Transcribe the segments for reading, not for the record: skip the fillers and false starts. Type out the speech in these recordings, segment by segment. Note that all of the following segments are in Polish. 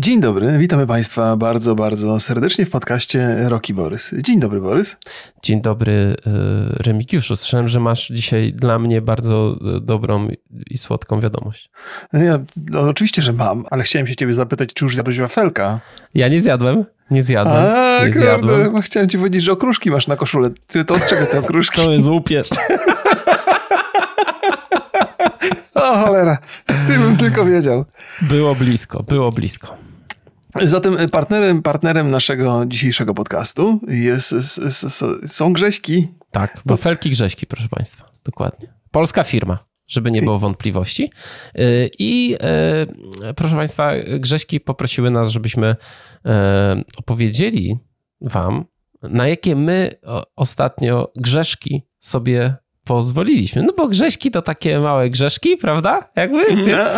Dzień dobry, witamy Państwa bardzo, bardzo serdecznie w podcaście Roki Borys. Dzień dobry, Borys. Dzień dobry, Remigiuszu. Słyszałem, że masz dzisiaj dla mnie bardzo dobrą i słodką wiadomość. Oczywiście, że mam, ale chciałem się ciebie zapytać, czy już zjadłeś wafelka? Ja nie zjadłem. Nie zjadłem. Bo chciałem ci powiedzieć, że okruszki masz na koszulę. To od czego te okruszki? To jest łupież. O cholera, gdybym tylko wiedział. Było blisko. Zatem partnerem naszego dzisiejszego podcastu są Grześki. Tak, wafelki Grześki, proszę Państwa. Dokładnie. Polska firma, żeby nie było wątpliwości. I proszę Państwa, Grześki poprosiły nas, żebyśmy opowiedzieli wam, na jakie my ostatnio grzeszki sobie pozwoliliśmy. No bo grzeszki to takie małe grzeszki, prawda? Jakby? Więc...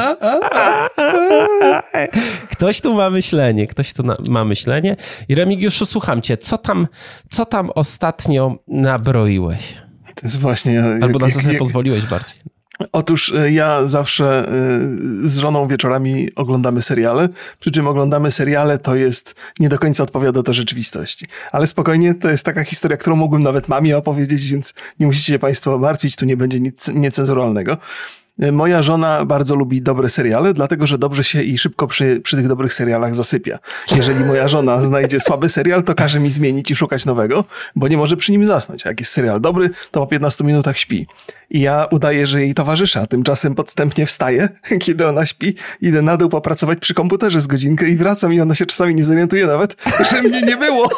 Ktoś tu ma myślenie. I Remigiuszu, słucham cię, co tam ostatnio nabroiłeś? To jest właśnie... Albo na co sobie pozwoliłeś bardziej? Otóż ja zawsze z żoną wieczorami oglądamy seriale, przy czym oglądamy seriale, to jest nie do końca odpowiada to rzeczywistości. Ale spokojnie, to jest taka historia, którą mógłbym nawet mamie opowiedzieć, więc nie musicie się Państwo martwić, tu nie będzie nic niecenzuralnego. Moja żona bardzo lubi dobre seriale, dlatego że dobrze się i szybko przy tych dobrych serialach zasypia. Jeżeli moja żona znajdzie słaby serial, to każe mi zmienić i szukać nowego, bo nie może przy nim zasnąć. A jak jest serial dobry, to po 15 minutach śpi. I ja udaję, że jej towarzyszę, a tymczasem podstępnie wstaję, kiedy ona śpi, idę na dół popracować przy komputerze z godzinkę i wracam i ona się czasami nie zorientuje nawet, że mnie nie było.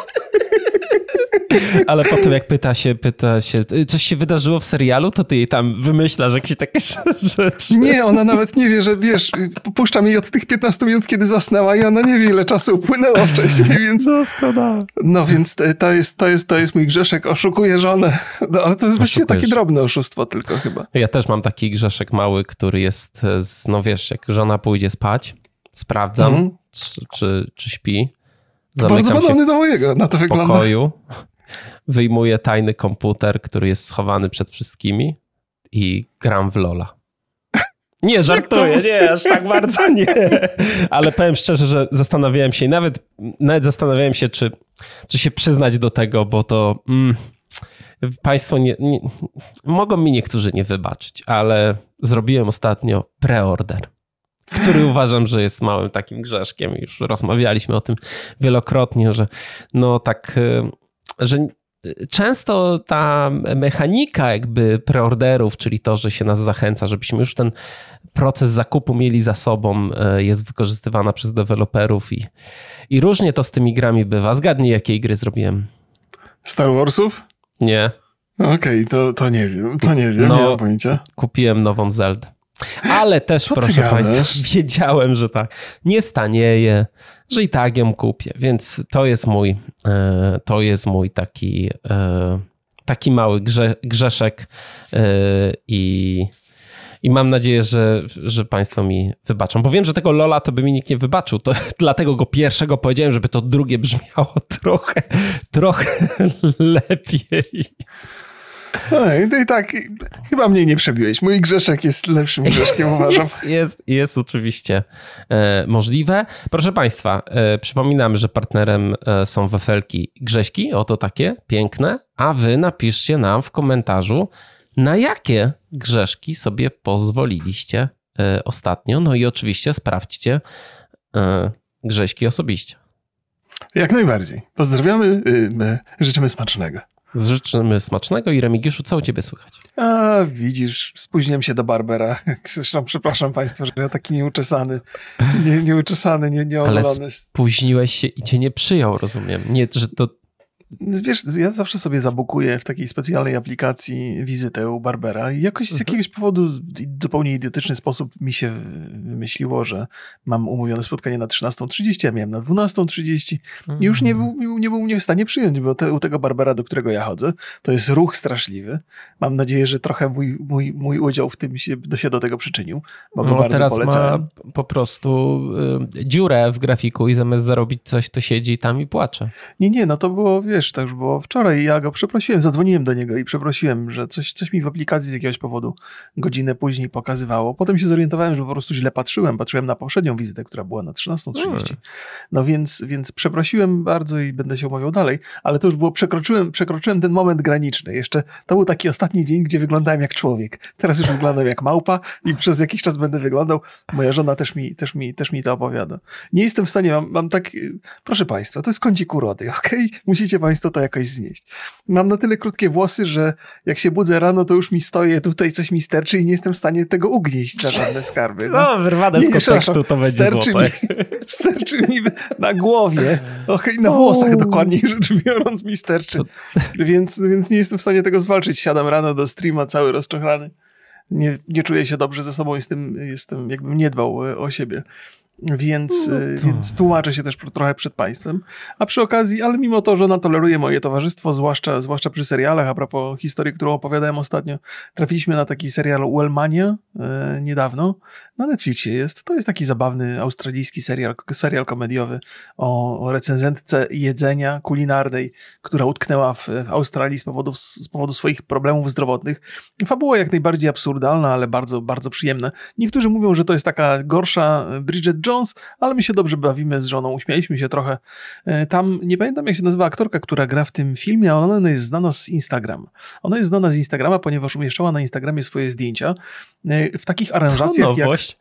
Ale potem jak pyta się, coś się wydarzyło w serialu, to ty jej tam wymyślasz jakieś takie rzeczy. Nie, ona nawet nie wie, że wiesz, puszczam jej od tych 15 minut, kiedy zasnęła i ona nie wie, ile czasu upłynęło wcześniej, więc... Doskonale. No więc to jest mój grzeszek, oszukuję żonę, no, ale to jest właściwie takie drobne oszustwo tylko chyba. Ja też mam taki grzeszek mały, który jest, no wiesz, jak żona pójdzie spać, sprawdzam, czy śpi. Bardzo podobny do mojego, na to wygląda. W pokoju, wyjmuję tajny komputer, który jest schowany przed wszystkimi i gram w Lola. Nie, żartuję, nie, aż tak bardzo nie. Ale powiem szczerze, że zastanawiałem się i nawet zastanawiałem się, czy się przyznać do tego, bo to Państwo mogą mi niektórzy nie wybaczyć, ale zrobiłem ostatnio preorder, który uważam, że jest małym takim grzeszkiem. Już rozmawialiśmy o tym wielokrotnie, że no tak, że często ta mechanika jakby preorderów, czyli to, że się nas zachęca, żebyśmy już ten proces zakupu mieli za sobą, jest wykorzystywana przez deweloperów i różnie to z tymi grami bywa. Zgadnij, jakiej gry zrobiłem. Star Warsów? Nie. Okej, to nie wiem, nie mam pojęcia. Kupiłem nową Zeldę. Ale też, proszę Państwa, wiedziałem, że tak nie stanieje, że i tak ją kupię, więc to jest mój taki mały grzeszek i mam nadzieję, że Państwo mi wybaczą, bo wiem, że tego Lola to by mi nikt nie wybaczył, to dlatego go pierwszego powiedziałem, żeby to drugie brzmiało trochę lepiej. No i tak, chyba mnie nie przebiłeś. Mój grzeszek jest lepszym grzeszkiem, uważam. Jest oczywiście możliwe. Proszę Państwa, przypominam, że partnerem są wafelki Grześki, oto takie piękne, a wy napiszcie nam w komentarzu, na jakie grzeszki sobie pozwoliliście ostatnio. No i oczywiście sprawdźcie Grześki osobiście. Jak najbardziej. Pozdrawiamy, życzymy smacznego. Życzymy smacznego i Remigiuszu, co u ciebie słychać? A widzisz, spóźniłem się do barbera. Zresztą przepraszam Państwa, że ja taki nieuczesany, nieogolony. Ale spóźniłeś się i cię nie przyjął, rozumiem. Nie, że to... Wiesz, ja zawsze sobie zabukuję w takiej specjalnej aplikacji wizytę u barbera i jakoś z jakiegoś powodu w zupełnie idiotyczny sposób mi się wymyśliło, że mam umówione spotkanie na 13:30, a miałem na 12:30 i już nie był mnie w stanie przyjąć, bo u tego barbera, do którego ja chodzę, to jest ruch straszliwy. Mam nadzieję, że trochę mój udział w tym się do tego przyczynił, bo go bardzo teraz polecałem. Ma po prostu dziurę w grafiku i zamiast zarobić coś, to siedzi tam i płacze. Nie, no to było, wiesz, wiesz, to już było wczoraj i ja go przeprosiłem, zadzwoniłem do niego i przeprosiłem, że coś mi w aplikacji z jakiegoś powodu godzinę później pokazywało. Potem się zorientowałem, że po prostu źle patrzyłem na poprzednią wizytę, która była na 13:30. No więc przeprosiłem bardzo i będę się umawiał dalej, ale to już było, przekroczyłem ten moment graniczny. Jeszcze to był taki ostatni dzień, gdzie wyglądałem jak człowiek. Teraz już wyglądam jak małpa i przez jakiś czas będę wyglądał. Moja żona też mi to opowiada. Nie jestem w stanie, mam tak, proszę państwa, to jest kącik urody, okej? Musicie państwo to jakoś znieść. Mam na tyle krótkie włosy, że jak się budzę rano, to już mi stoję, tutaj coś mi sterczy i nie jestem w stanie tego ugnieść za żadne skarby. No, wyrwane z kontekstu to będzie złote. Sterczy mi na głowie, na włosach dokładniej rzecz biorąc mi sterczy. Więc nie jestem w stanie tego zwalczyć. Siadam rano do streama cały rozczochrany. Nie czuję się dobrze ze sobą, jestem jakbym nie dbał o siebie. Więc tłumaczę się też trochę przed państwem. A przy okazji, ale mimo to, że ona toleruje moje towarzystwo, zwłaszcza przy serialach, a propos historii, którą opowiadałem ostatnio, trafiliśmy na taki serial Wellmania niedawno. Na Netflixie jest. To jest taki zabawny australijski serial komediowy o recenzentce jedzenia kulinarnej, która utknęła w Australii z powodu swoich problemów zdrowotnych. Fabuła jak najbardziej absurdalna, ale bardzo, bardzo przyjemna. Niektórzy mówią, że to jest taka gorsza Bridget Jones, ale my się dobrze bawimy z żoną, uśmialiśmy się trochę. Tam, nie pamiętam jak się nazywa aktorka, która gra w tym filmie, ale ona jest znana z Instagram. Ona jest znana z Instagrama, ponieważ umieszczała na Instagramie swoje zdjęcia w takich aranżacjach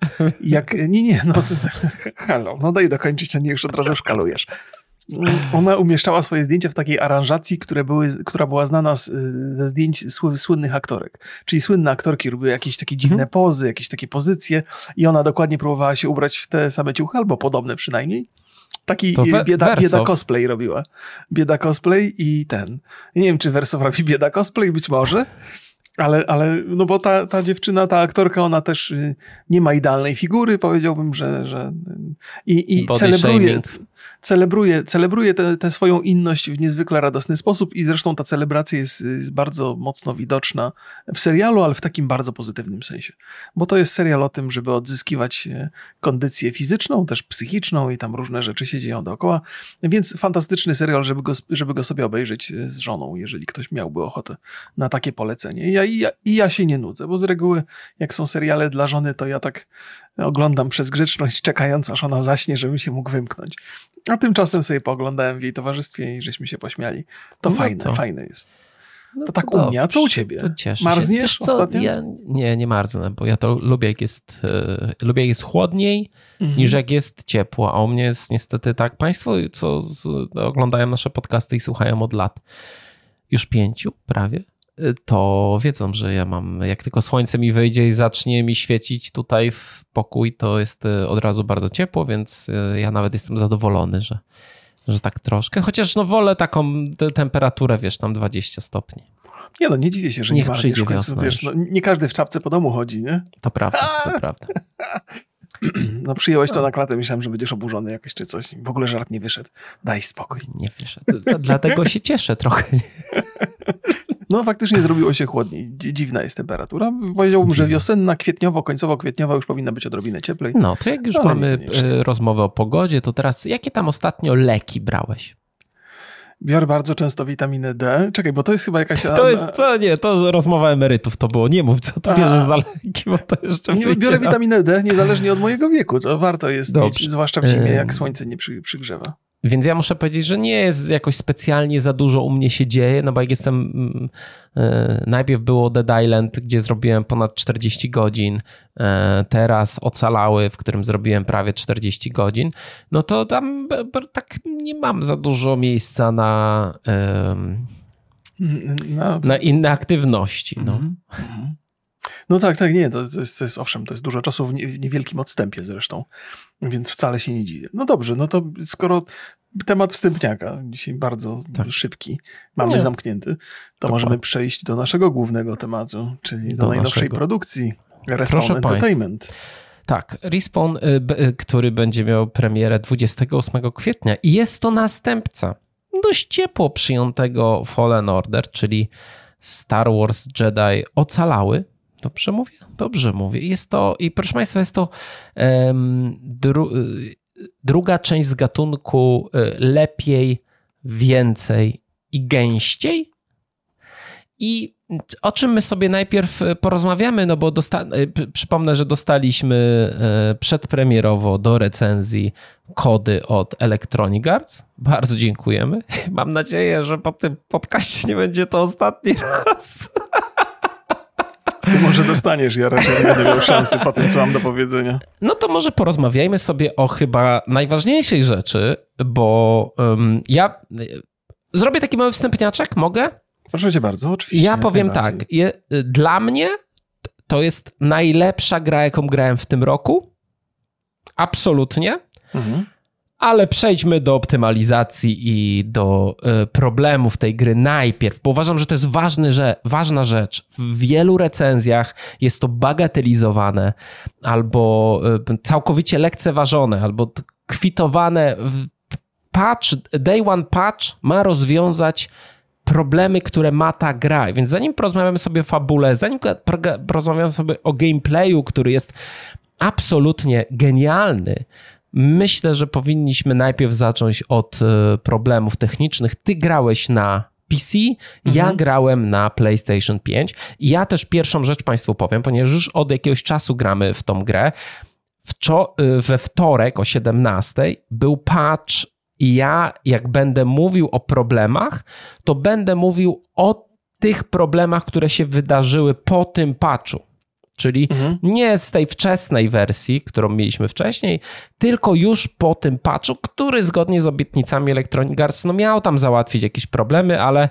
halo, no daj dokończyć, a nie już od razu szkalujesz. Ona umieszczała swoje zdjęcia w takiej aranżacji, która była znana ze zdjęć słynnych aktorek. Czyli słynne aktorki robiły jakieś takie dziwne pozy, jakieś takie pozycje i ona dokładnie próbowała się ubrać w te same ciuchy, albo podobne przynajmniej. Taki bieda cosplay robiła. Bieda cosplay i nie wiem, czy Wersow robi bieda cosplay, być może. Ale no bo ta dziewczyna, ta aktorka, ona też nie ma idealnej figury, powiedziałbym, że i celebruje tę swoją inność w niezwykle radosny sposób i zresztą ta celebracja jest bardzo mocno widoczna w serialu, ale w takim bardzo pozytywnym sensie. Bo to jest serial o tym, żeby odzyskiwać kondycję fizyczną, też psychiczną i tam różne rzeczy się dzieją dookoła. Więc fantastyczny serial, żeby go sobie obejrzeć z żoną, jeżeli ktoś miałby ochotę na takie polecenie. Ja się nie nudzę, bo z reguły jak są seriale dla żony, to ja tak oglądam przez grzeczność, czekając aż ona zaśnie, żebym się mógł wymknąć. A tymczasem sobie pooglądałem w jej towarzystwie i żeśmy się pośmiali. To fajne jest. No to tak u mnie. A co u ciebie? To cieszę Marzniesz się. ostatnio? Ja nie marznę, bo ja to lubię jak jest chłodniej niż jak jest ciepło, a u mnie jest niestety tak. Państwo, co oglądają nasze podcasty i słuchają od lat, już 5 prawie, to wiedzą, że ja mam, jak tylko słońce mi wyjdzie i zacznie mi świecić tutaj w pokój, to jest od razu bardzo ciepło, więc ja nawet jestem zadowolony, że tak troszkę, chociaż no wolę taką temperaturę, wiesz, tam 20 stopni. Nie dziwię się, że niech nie przyjdzie wiosna. Wiesz, nie każdy w czapce po domu chodzi, nie? To prawda. No przyjąłeś to na klatę, myślałem, że będziesz oburzony jakoś czy coś. W ogóle żart nie wyszedł. Daj spokój. Nie wyszedł. Dlatego się cieszę trochę. No faktycznie zrobiło się chłodniej. Dziwna jest temperatura. Powiedziałbym, że wiosenna, końcowo-kwietniowa już powinna być odrobinę cieplej. No to jak już mamy rozmowę o pogodzie, to teraz jakie tam ostatnio leki brałeś? Biorę bardzo często witaminę D. Czekaj, bo to jest chyba jakaś... To rozmowa emerytów to było. Nie mów, co tu bierzesz za leki, bo to jeszcze nie biorę witaminę D niezależnie od mojego wieku. To warto jest mieć, zwłaszcza w zimie, jak słońce nie przygrzewa. Więc ja muszę powiedzieć, że nie jest jakoś specjalnie za dużo u mnie się dzieje, no bo jak jestem... Najpierw było Dead Island, gdzie zrobiłem ponad 40 godzin, teraz Ocalały, w którym zrobiłem prawie 40 godzin, no to tam tak nie mam za dużo miejsca na inne aktywności. No. No tak, nie, to jest owszem, to jest dużo czasu w niewielkim odstępie zresztą, więc wcale się nie dziwię. No dobrze, no to skoro temat wstępniaka dzisiaj bardzo szybki mamy zamknięty, to możemy przejść do naszego głównego tematu, czyli do najnowszej produkcji Respawn Entertainment. Tak, Respawn, który będzie miał premierę 28 kwietnia i jest to następca dość ciepło przyjętego Fallen Order, czyli Star Wars Jedi Ocalały. Dobrze mówię? Dobrze mówię. I proszę Państwa, jest to druga część z gatunku lepiej, więcej i gęściej. I o czym my sobie najpierw porozmawiamy, no bo przypomnę, że dostaliśmy przedpremierowo do recenzji kody od Electronic Arts. Bardzo dziękujemy. Mam nadzieję, że po tym podcaście nie będzie to ostatni raz. Może dostaniesz, ja raczej nie będę miał szansy po tym, co mam do powiedzenia. No to może porozmawiajmy sobie o chyba najważniejszej rzeczy, bo ja zrobię taki mały wstępniaczek, mogę? Proszę cię bardzo, oczywiście. Ja powiem tak, dla mnie to jest najlepsza gra, jaką grałem w tym roku. Absolutnie. Ale przejdźmy do optymalizacji i do problemów tej gry najpierw, bo uważam, że to jest ważna rzecz. W wielu recenzjach jest to bagatelizowane albo całkowicie lekceważone, albo kwitowane. Day one patch ma rozwiązać problemy, które ma ta gra. Więc zanim porozmawiamy sobie o fabule, zanim porozmawiamy sobie o gameplayu, który jest absolutnie genialny, myślę, że powinniśmy najpierw zacząć od problemów technicznych. Ty grałeś na PC, ja grałem na PlayStation 5 i ja też pierwszą rzecz Państwu powiem, ponieważ już od jakiegoś czasu gramy w tą grę. We wtorek o 17 był patch i ja jak będę mówił o problemach, to będę mówił o tych problemach, które się wydarzyły po tym patchu. Czyli nie z tej wczesnej wersji, którą mieliśmy wcześniej, tylko już po tym patchu, który zgodnie z obietnicami Electronic Arts miał tam załatwić jakieś problemy, ale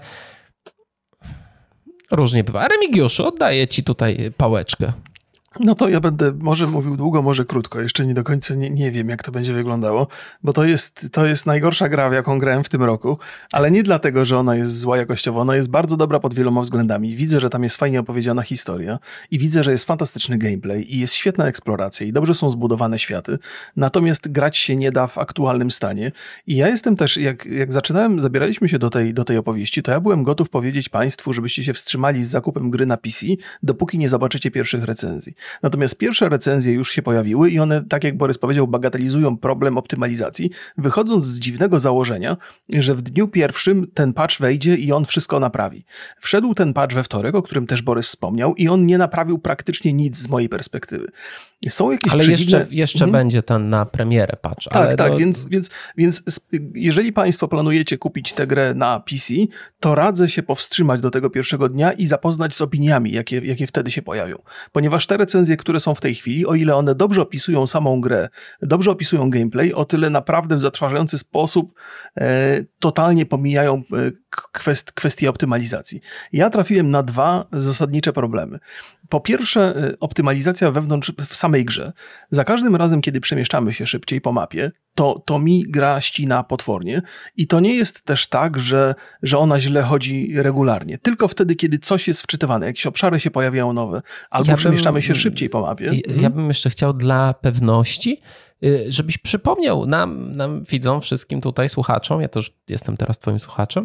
różnie bywa. Remigiuszu, oddaję ci tutaj pałeczkę. No to ja będę może mówił długo, może krótko. Jeszcze nie do końca nie wiem, jak to będzie wyglądało, bo to jest najgorsza gra, w jaką grałem w tym roku, ale nie dlatego, że ona jest zła jakościowo. Ona jest bardzo dobra pod wieloma względami. Widzę, że tam jest fajnie opowiedziana historia i widzę, że jest fantastyczny gameplay i jest świetna eksploracja i dobrze są zbudowane światy. Natomiast grać się nie da w aktualnym stanie. I ja jestem też, jak zabieraliśmy się do tej opowieści, to ja byłem gotów powiedzieć Państwu, żebyście się wstrzymali z zakupem gry na PC, dopóki nie zobaczycie pierwszych recenzji. Natomiast pierwsze recenzje już się pojawiły i one, tak jak Borys powiedział, bagatelizują problem optymalizacji, wychodząc z dziwnego założenia, że w dniu pierwszym ten patch wejdzie i on wszystko naprawi. Wszedł ten patch we wtorek, o którym też Borys wspomniał, i on nie naprawił praktycznie nic z mojej perspektywy. Są jakieś ale jeszcze będzie ten na premierę patch. Tak, więc jeżeli Państwo planujecie kupić tę grę na PC, to radzę się powstrzymać do tego pierwszego dnia i zapoznać z opiniami, jakie wtedy się pojawią. Ponieważ te recenzje, które są w tej chwili, o ile one dobrze opisują samą grę, dobrze opisują gameplay, o tyle naprawdę w zatrważający sposób totalnie pomijają kwestie optymalizacji. Ja trafiłem na dwa zasadnicze problemy. Po pierwsze, optymalizacja wewnątrz w samej grze. Za każdym razem, kiedy przemieszczamy się szybciej po mapie, to mi gra ścina potwornie i to nie jest też tak, że ona źle chodzi regularnie. Tylko wtedy, kiedy coś jest wczytywane, jakieś obszary się pojawiają nowe, albo przemieszczamy się szybciej po mapie. Ja bym jeszcze chciał dla pewności, żebyś przypomniał nam widzom, wszystkim tutaj słuchaczom, ja też jestem teraz twoim słuchaczem,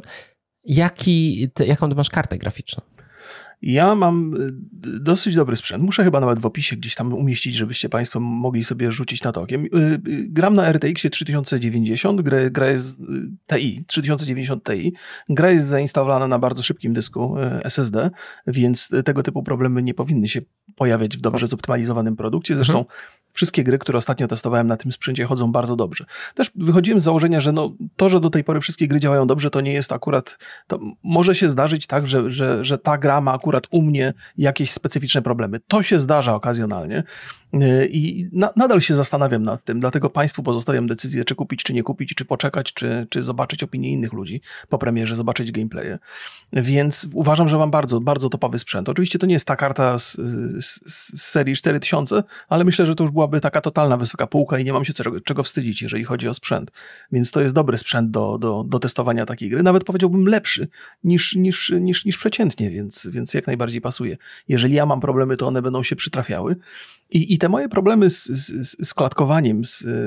jaką ty masz kartę graficzną? Ja mam dosyć dobry sprzęt. Muszę chyba nawet w opisie gdzieś tam umieścić, żebyście Państwo mogli sobie rzucić na to okiem. Gram na RTX 3090, gra jest TI, 3090 Ti. Gra jest zainstalowana na bardzo szybkim dysku SSD, więc tego typu problemy nie powinny się pojawiać w dobrze zoptymalizowanym produkcie. Zresztą wszystkie gry, które ostatnio testowałem na tym sprzęcie, chodzą bardzo dobrze. Też wychodziłem z założenia, że to, że do tej pory wszystkie gry działają dobrze, to nie jest akurat... To może się zdarzyć tak, że ta gra ma akurat u mnie jakieś specyficzne problemy. To się zdarza okazjonalnie i nadal się zastanawiam nad tym, dlatego Państwu pozostawiam decyzję, czy kupić, czy nie kupić, czy poczekać, czy zobaczyć opinię innych ludzi po premierze, zobaczyć gameplaye. Więc uważam, że mam bardzo, bardzo topowy sprzęt. Oczywiście to nie jest ta karta z serii 4000, ale myślę, że to już byłaby taka totalna wysoka półka i nie mam się czego wstydzić, jeżeli chodzi o sprzęt. Więc to jest dobry sprzęt do testowania takiej gry. Nawet powiedziałbym lepszy niż przeciętnie, więc jak najbardziej pasuje. Jeżeli ja mam problemy, to one będą się przytrafiały. I te moje problemy z klatkowaniem,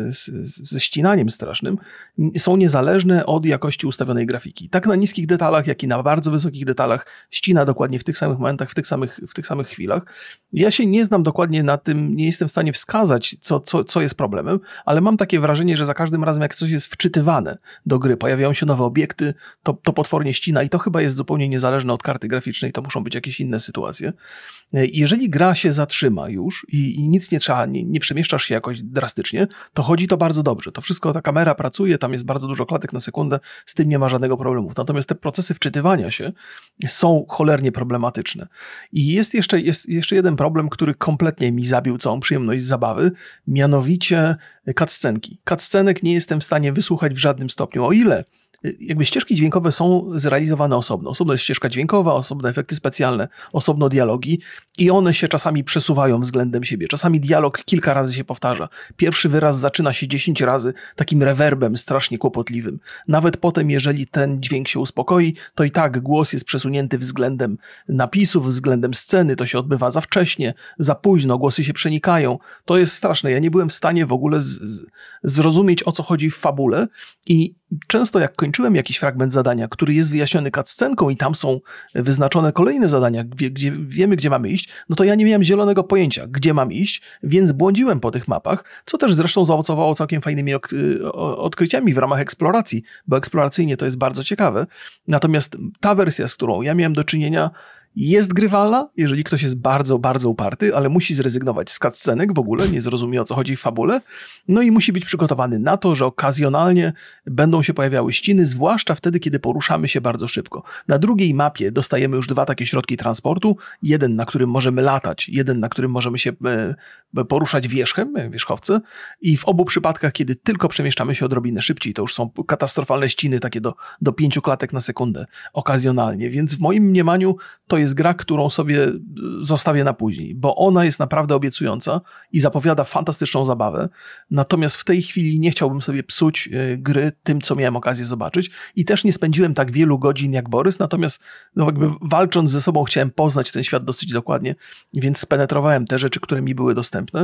ze ścinaniem strasznym są niezależne od jakości ustawionej grafiki. Tak na niskich detalach, jak i na bardzo wysokich detalach ścina dokładnie w tych samych momentach, w tych samych chwilach. Ja się nie znam dokładnie na tym, nie jestem w stanie wskazać, co jest problemem, ale mam takie wrażenie, że za każdym razem, jak coś jest wczytywane do gry, pojawiają się nowe obiekty, to potwornie ścina i to chyba jest zupełnie niezależne od karty graficznej, to muszą być jakieś inne sytuacje. Jeżeli gra się zatrzyma już i nic nie trzeba, nie przemieszczasz się jakoś drastycznie, to chodzi to bardzo dobrze. To wszystko, ta kamera pracuje, tam jest bardzo dużo klatek na sekundę, z tym nie ma żadnego problemu. Natomiast te procesy wczytywania się są cholernie problematyczne. I jest jeszcze jeden problem, który kompletnie mi zabił całą przyjemność z zabawy, mianowicie cutscenki. Cutscenek nie jestem w stanie wysłuchać w żadnym stopniu, o ile jakby ścieżki dźwiękowe są zrealizowane osobno. Osobno jest ścieżka dźwiękowa, osobno efekty specjalne, osobno dialogi i one się czasami przesuwają względem siebie. Czasami dialog kilka razy się powtarza. Pierwszy wyraz zaczyna się 10 razy takim rewerbem strasznie kłopotliwym. Nawet potem, jeżeli ten dźwięk się uspokoi, to i tak głos jest przesunięty względem napisów, względem sceny. To się odbywa za wcześnie, za późno, głosy się przenikają. To jest straszne. Ja nie byłem w stanie w ogóle zrozumieć, o co chodzi w fabule i często jak kończyłem jakiś fragment zadania, który jest wyjaśniony cutscenką i tam są wyznaczone kolejne zadania, gdzie wiemy, gdzie mamy iść, no to ja nie miałem zielonego pojęcia, gdzie mam iść, więc błądziłem po tych mapach, co też zresztą zaowocowało całkiem fajnymi odkryciami w ramach eksploracji, bo eksploracyjnie to jest bardzo ciekawe. Natomiast ta wersja, z którą ja miałem do czynienia, jest grywalna, jeżeli ktoś jest bardzo, bardzo uparty, ale musi zrezygnować z cutscenek w ogóle, nie zrozumie, o co chodzi w fabule, no i musi być przygotowany na to, że okazjonalnie będą się pojawiały ściny, zwłaszcza wtedy, kiedy poruszamy się bardzo szybko. Na drugiej mapie dostajemy już 2 takie środki transportu, jeden, na którym możemy latać, jeden, na którym możemy się poruszać wierzchem, wierzchowce i w obu przypadkach, kiedy tylko przemieszczamy się odrobinę szybciej, to już są katastrofalne ściny, takie do 5 klatek na sekundę okazjonalnie, więc w moim mniemaniu to jest gra, którą sobie zostawię na później, bo ona jest naprawdę obiecująca i zapowiada fantastyczną zabawę. Natomiast w tej chwili nie chciałbym sobie psuć gry tym, co miałem okazję zobaczyć i też nie spędziłem tak wielu godzin jak Borys, natomiast no jakby walcząc ze sobą chciałem poznać ten świat dosyć dokładnie, więc spenetrowałem te rzeczy, które mi były dostępne,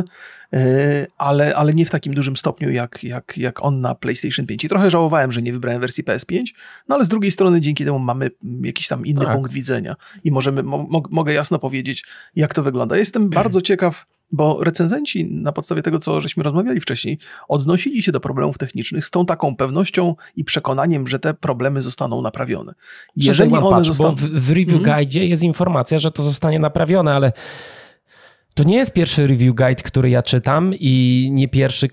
ale nie w takim dużym stopniu jak on na PlayStation 5 i trochę żałowałem, że nie wybrałem wersji PS5, no ale z drugiej strony dzięki temu mamy jakiś tam inny punkt widzenia i mogę jasno powiedzieć, jak to wygląda. Jestem bardzo ciekaw, bo recenzenci na podstawie tego, co żeśmy rozmawiali wcześniej, odnosili się do problemów technicznych z tą taką pewnością i przekonaniem, że te problemy zostaną naprawione. Jeżeli one zostaną... Bo w review guide jest informacja, że to zostanie naprawione, ale to nie jest pierwszy review guide, który ja czytam i nie pierwszy,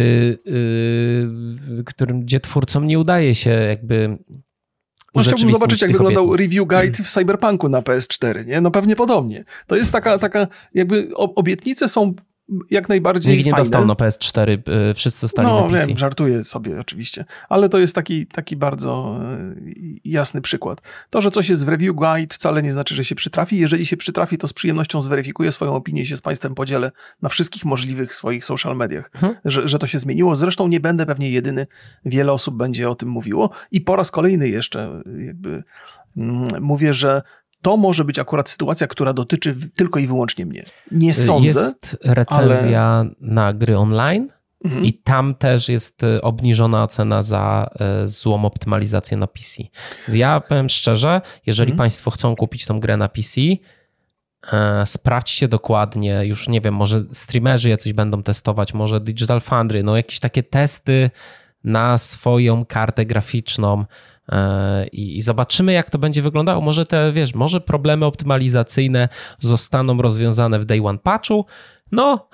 gdzie twórcom nie udaje się jakby... No, chciałbym zobaczyć, jak wyglądał review guide w Cyberpunku na PS4, nie? No pewnie podobnie. To jest taka jakby obietnice są jak najbardziej fajne. Nikt nie dostał na PS4, wszyscy dostali na PC. No wiem, żartuję sobie oczywiście, ale to jest taki bardzo jasny przykład. To, że coś jest w review guide wcale nie znaczy, że się przytrafi. Jeżeli się przytrafi, to z przyjemnością zweryfikuję swoją opinię i się z Państwem podzielę na wszystkich możliwych swoich social mediach, że to się zmieniło. Zresztą nie będę pewnie jedyny, wiele osób będzie o tym mówiło i po raz kolejny jeszcze jakby mówię, że to może być akurat sytuacja, która dotyczy tylko i wyłącznie mnie. Nie sądzę. Jest recenzja na gry online i tam też jest obniżona ocena za złą optymalizację na PC. Ja powiem szczerze, jeżeli Państwo chcą kupić tą grę na PC, sprawdźcie dokładnie, już nie wiem, może streamerzy jacyś będą testować, może Digital Foundry, no jakieś takie testy na swoją kartę graficzną, i zobaczymy, jak to będzie wyglądało. Może może problemy optymalizacyjne zostaną rozwiązane w Day One patchu. No,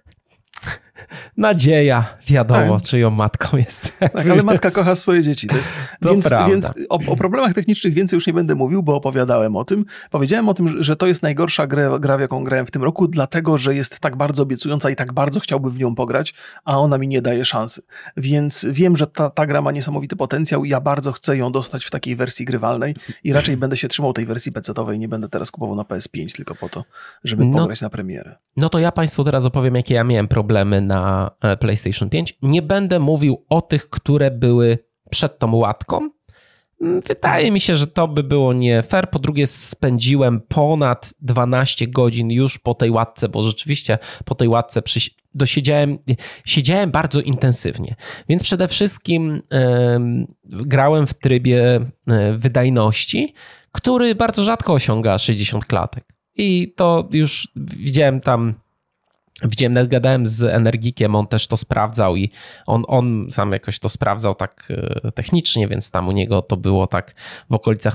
nadzieja, wiadomo, czyją matką jest. Tak, ale matka kocha swoje dzieci. To jest, więc o problemach technicznych więcej już nie będę mówił, bo opowiadałem o tym. Powiedziałem o tym, że to jest najgorsza gra, w jaką grałem w tym roku, dlatego, że jest tak bardzo obiecująca i tak bardzo chciałbym w nią pograć, a ona mi nie daje szansy. Więc wiem, że ta gra ma niesamowity potencjał i ja bardzo chcę ją dostać w takiej wersji grywalnej i raczej będę się trzymał tej wersji PC-owej, nie będę teraz kupował na PS5 tylko po to, żeby pograć na premierę. No to ja Państwu teraz opowiem, jakie ja miałem problemy na PlayStation 5. Nie będę mówił o tych, które były przed tą łatką, Wydaje mi się, że to by było nie fair. Po drugie, spędziłem ponad 12 godzin już po tej łatce, bo rzeczywiście po tej łatce siedziałem bardzo intensywnie. Więc przede wszystkim grałem w trybie wydajności, który bardzo rzadko osiąga 60 klatek. I to już widziałem, nawet gadałem z Energikiem, on też to sprawdzał i on sam jakoś to sprawdzał tak technicznie, więc tam u niego to było tak w okolicach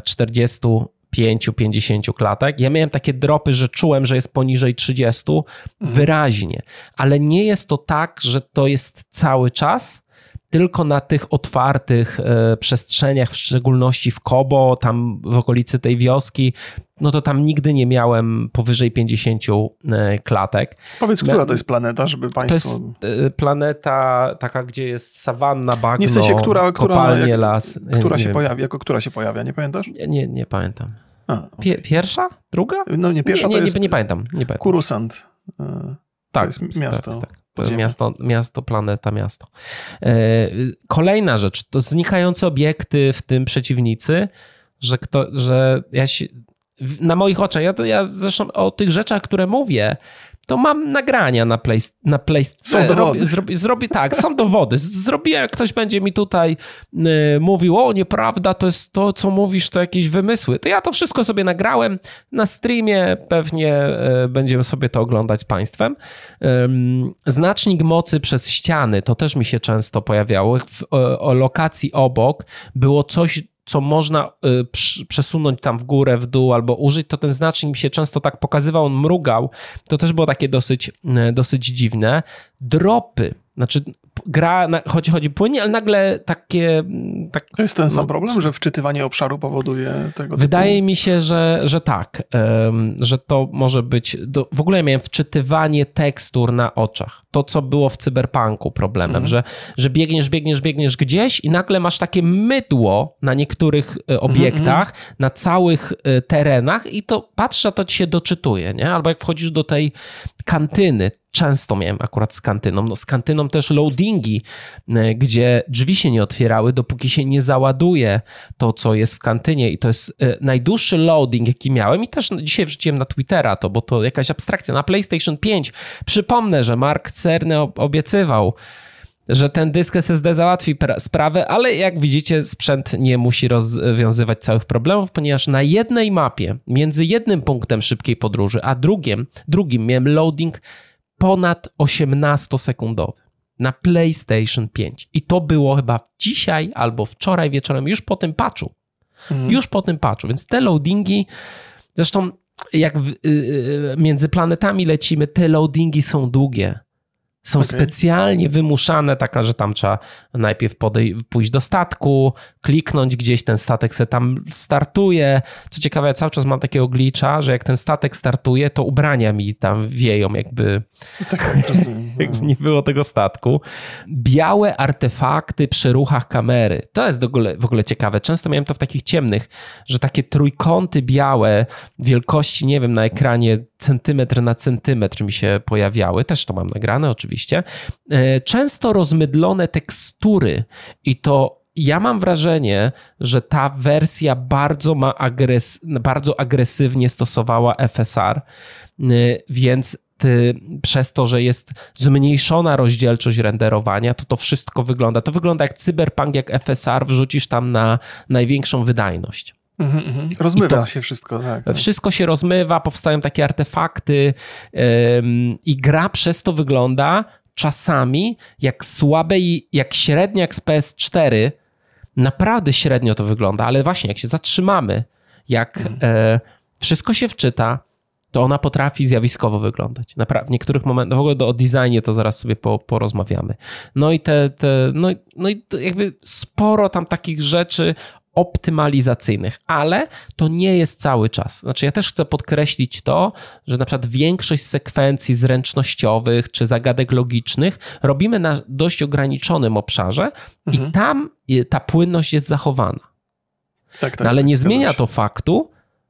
45-50 klatek. Ja miałem takie dropy, że czułem, że jest poniżej 30 wyraźnie, ale nie jest to tak, że to jest cały czas, tylko na tych otwartych przestrzeniach, w szczególności w Kobo, tam w okolicy tej wioski, no to tam nigdy nie miałem powyżej 50 klatek. Powiedz, która to jest planeta, żeby państwo... To jest planeta taka, gdzie jest sawanna, bagno, nie w sensie, kopalnie, las. Która się pojawia, nie pamiętasz? Nie pamiętam. Okay. Pierwsza? Druga? No nie, pierwsza to jest... Nie pamiętam. Coruscant. Tak. To jest miasto. Tak. Miasto, planeta, miasto. Kolejna rzecz, to znikające obiekty, w tym przeciwnicy, że ja się... Na moich oczach, ja zresztą o tych rzeczach, które mówię, to mam nagrania na PlayStation. Są dowody. Są dowody. Zrobiłem, jak ktoś będzie mi tutaj mówił, o nieprawda, to jest to, co mówisz, to jakieś wymysły. To ja to wszystko sobie nagrałem na streamie, pewnie będziemy sobie to oglądać z państwem. Znacznik mocy przez ściany, to też mi się często pojawiało. O lokacji obok było coś, co można przesunąć tam w górę, w dół albo użyć, to ten znacznik mi się często tak pokazywał, on mrugał. To też było takie dosyć dziwne. Dropy, znaczy gra chodzi płynnie, ale nagle takie... To jest ten sam problem, że wczytywanie obszaru powoduje tego Wydaje mi się, że tak, że to może być... W ogóle miałem wczytywanie tekstur na oczach. To, co było w Cyberpunku problemem, że biegniesz gdzieś i nagle masz takie mydło na niektórych obiektach, na całych terenach i to patrz, a to ci się doczytuje, nie? Albo jak wchodzisz do tej kantyny, często miałem akurat z kantyną. No z kantyną też loadingi, gdzie drzwi się nie otwierały, dopóki się nie załaduje to, co jest w kantynie. I to jest najdłuższy loading, jaki miałem. I też dzisiaj wrzuciłem na Twittera to, bo to jakaś abstrakcja. Na PlayStation 5 przypomnę, że Mark Cerny obiecywał, że ten dysk SSD załatwi sprawę, ale jak widzicie, sprzęt nie musi rozwiązywać całych problemów, ponieważ na jednej mapie, między jednym punktem szybkiej podróży, a drugim miałem loading ponad 18-sekundowy na PlayStation 5. I to było chyba dzisiaj albo wczoraj wieczorem, już po tym patchu. Już po tym patchu, więc te loadingi, zresztą jak między planetami lecimy, te loadingi są długie. Są specjalnie wymuszane, taka, że tam trzeba najpierw pójść do statku, kliknąć gdzieś, ten statek se tam startuje. Co ciekawe, ja cały czas mam takiego glitcha, że jak ten statek startuje, to ubrania mi tam wieją, jakby nie było tego statku. Białe artefakty przy ruchach kamery. To jest w ogóle ciekawe. Często miałem to w takich ciemnych, że takie trójkąty białe wielkości, nie wiem, na ekranie centymetr na centymetr mi się pojawiały. Też to mam nagrane oczywiście. Często rozmydlone tekstury i to ja mam wrażenie, że ta wersja bardzo agresywnie stosowała FSR, więc przez to, że jest zmniejszona rozdzielczość renderowania, to wszystko wygląda. To wygląda jak Cyberpunk, jak FSR wrzucisz tam na największą wydajność. Rozmywa się wszystko. Tak. Wszystko się rozmywa, powstają takie artefakty i gra przez to wygląda czasami jak jak średnio jak z PS4. Naprawdę średnio to wygląda, ale właśnie jak się zatrzymamy, jak wszystko się wczyta, to ona potrafi zjawiskowo wyglądać. W niektórych momentach, w ogóle o designie to zaraz sobie porozmawiamy. No i jakby sporo tam takich rzeczy optymalizacyjnych, ale to nie jest cały czas. Znaczy ja też chcę podkreślić to, że na przykład większość sekwencji zręcznościowych czy zagadek logicznych robimy na dość ograniczonym obszarze i tam ta płynność jest zachowana. Tak, ale nie zmienia to faktu,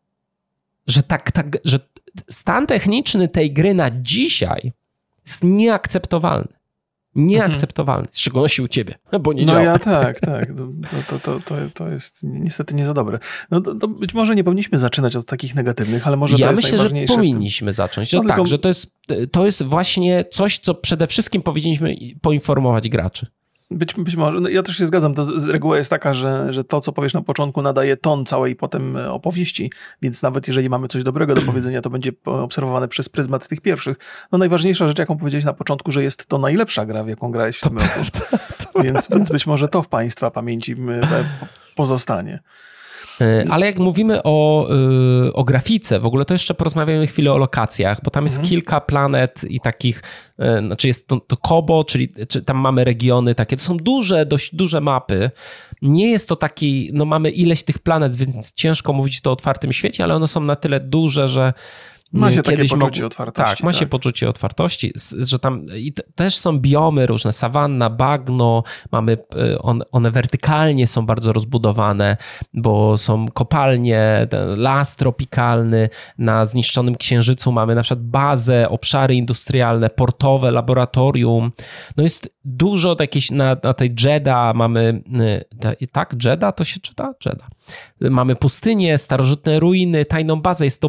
że stan techniczny tej gry na dzisiaj jest nieakceptowalny. Nieakceptowalny. W szczególności u ciebie, bo nie no działa. Ja tak. To jest niestety nie za dobre. No to być może nie powinniśmy zaczynać od takich negatywnych, ale może to jest najważniejsze. Ja myślę, że powinniśmy zacząć. Że tak, że to jest właśnie coś, co przede wszystkim powinniśmy poinformować graczy. Być może. No ja też się zgadzam. To z reguła jest taka, że to, co powiesz na początku, nadaje ton całej potem opowieści, więc nawet jeżeli mamy coś dobrego do powiedzenia, to będzie obserwowane przez pryzmat tych pierwszych. No najważniejsza rzecz, jaką powiedziałeś na początku, że jest to najlepsza gra, w jaką grałeś w tym roku. Więc być może to w Państwa pamięci pozostanie. Ale jak mówimy o grafice, w ogóle to jeszcze porozmawiamy chwilę o lokacjach, bo tam jest kilka planet i takich, znaczy jest to Kobo, czyli tam mamy regiony takie, to są dość duże mapy. Nie jest to taki, no mamy ileś tych planet, więc ciężko mówić to o otwartym świecie, ale one są na tyle duże, że ma się takie poczucie otwartości. Tak, ma się poczucie otwartości, że tam też są biomy różne, sawanna, bagno, mamy, one wertykalnie są bardzo rozbudowane, bo są kopalnie, las tropikalny, na zniszczonym Księżycu mamy na przykład bazę, obszary industrialne, portowe, laboratorium. No jest dużo jakieś, na tej Jeddah mamy, tak, Jeddah to się czyta? Jeddah. Mamy pustynię, starożytne ruiny, tajną bazę. Jest to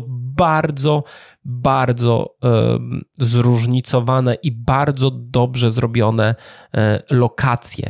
bardzo zróżnicowane i bardzo dobrze zrobione lokacje.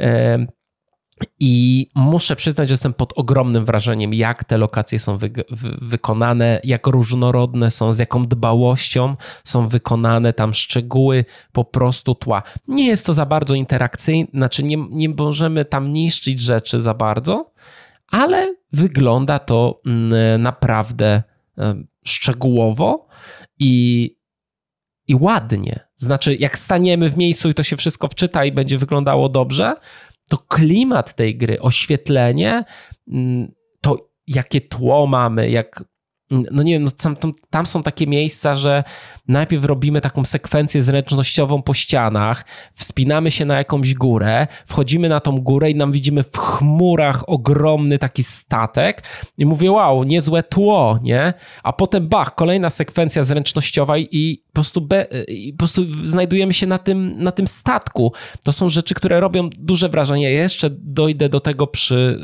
I muszę przyznać, że jestem pod ogromnym wrażeniem, jak te lokacje są wykonane, jak różnorodne są, z jaką dbałością są wykonane, tam szczegóły po prostu tła. Nie jest to za bardzo interakcyjne, znaczy nie możemy tam niszczyć rzeczy za bardzo, ale wygląda to naprawdę szczegółowo i ładnie. Znaczy, jak staniemy w miejscu i to się wszystko wczyta i będzie wyglądało dobrze, to klimat tej gry, oświetlenie, to jakie tło mamy, no nie wiem, no tam są takie miejsca, że najpierw robimy taką sekwencję zręcznościową po ścianach, wspinamy się na jakąś górę, wchodzimy na tą górę i nam widzimy w chmurach ogromny taki statek i mówię, wow, niezłe tło, nie? A potem kolejna sekwencja zręcznościowa i po prostu znajdujemy się na tym statku. To są rzeczy, które robią duże wrażenie. Ja jeszcze dojdę do tego przy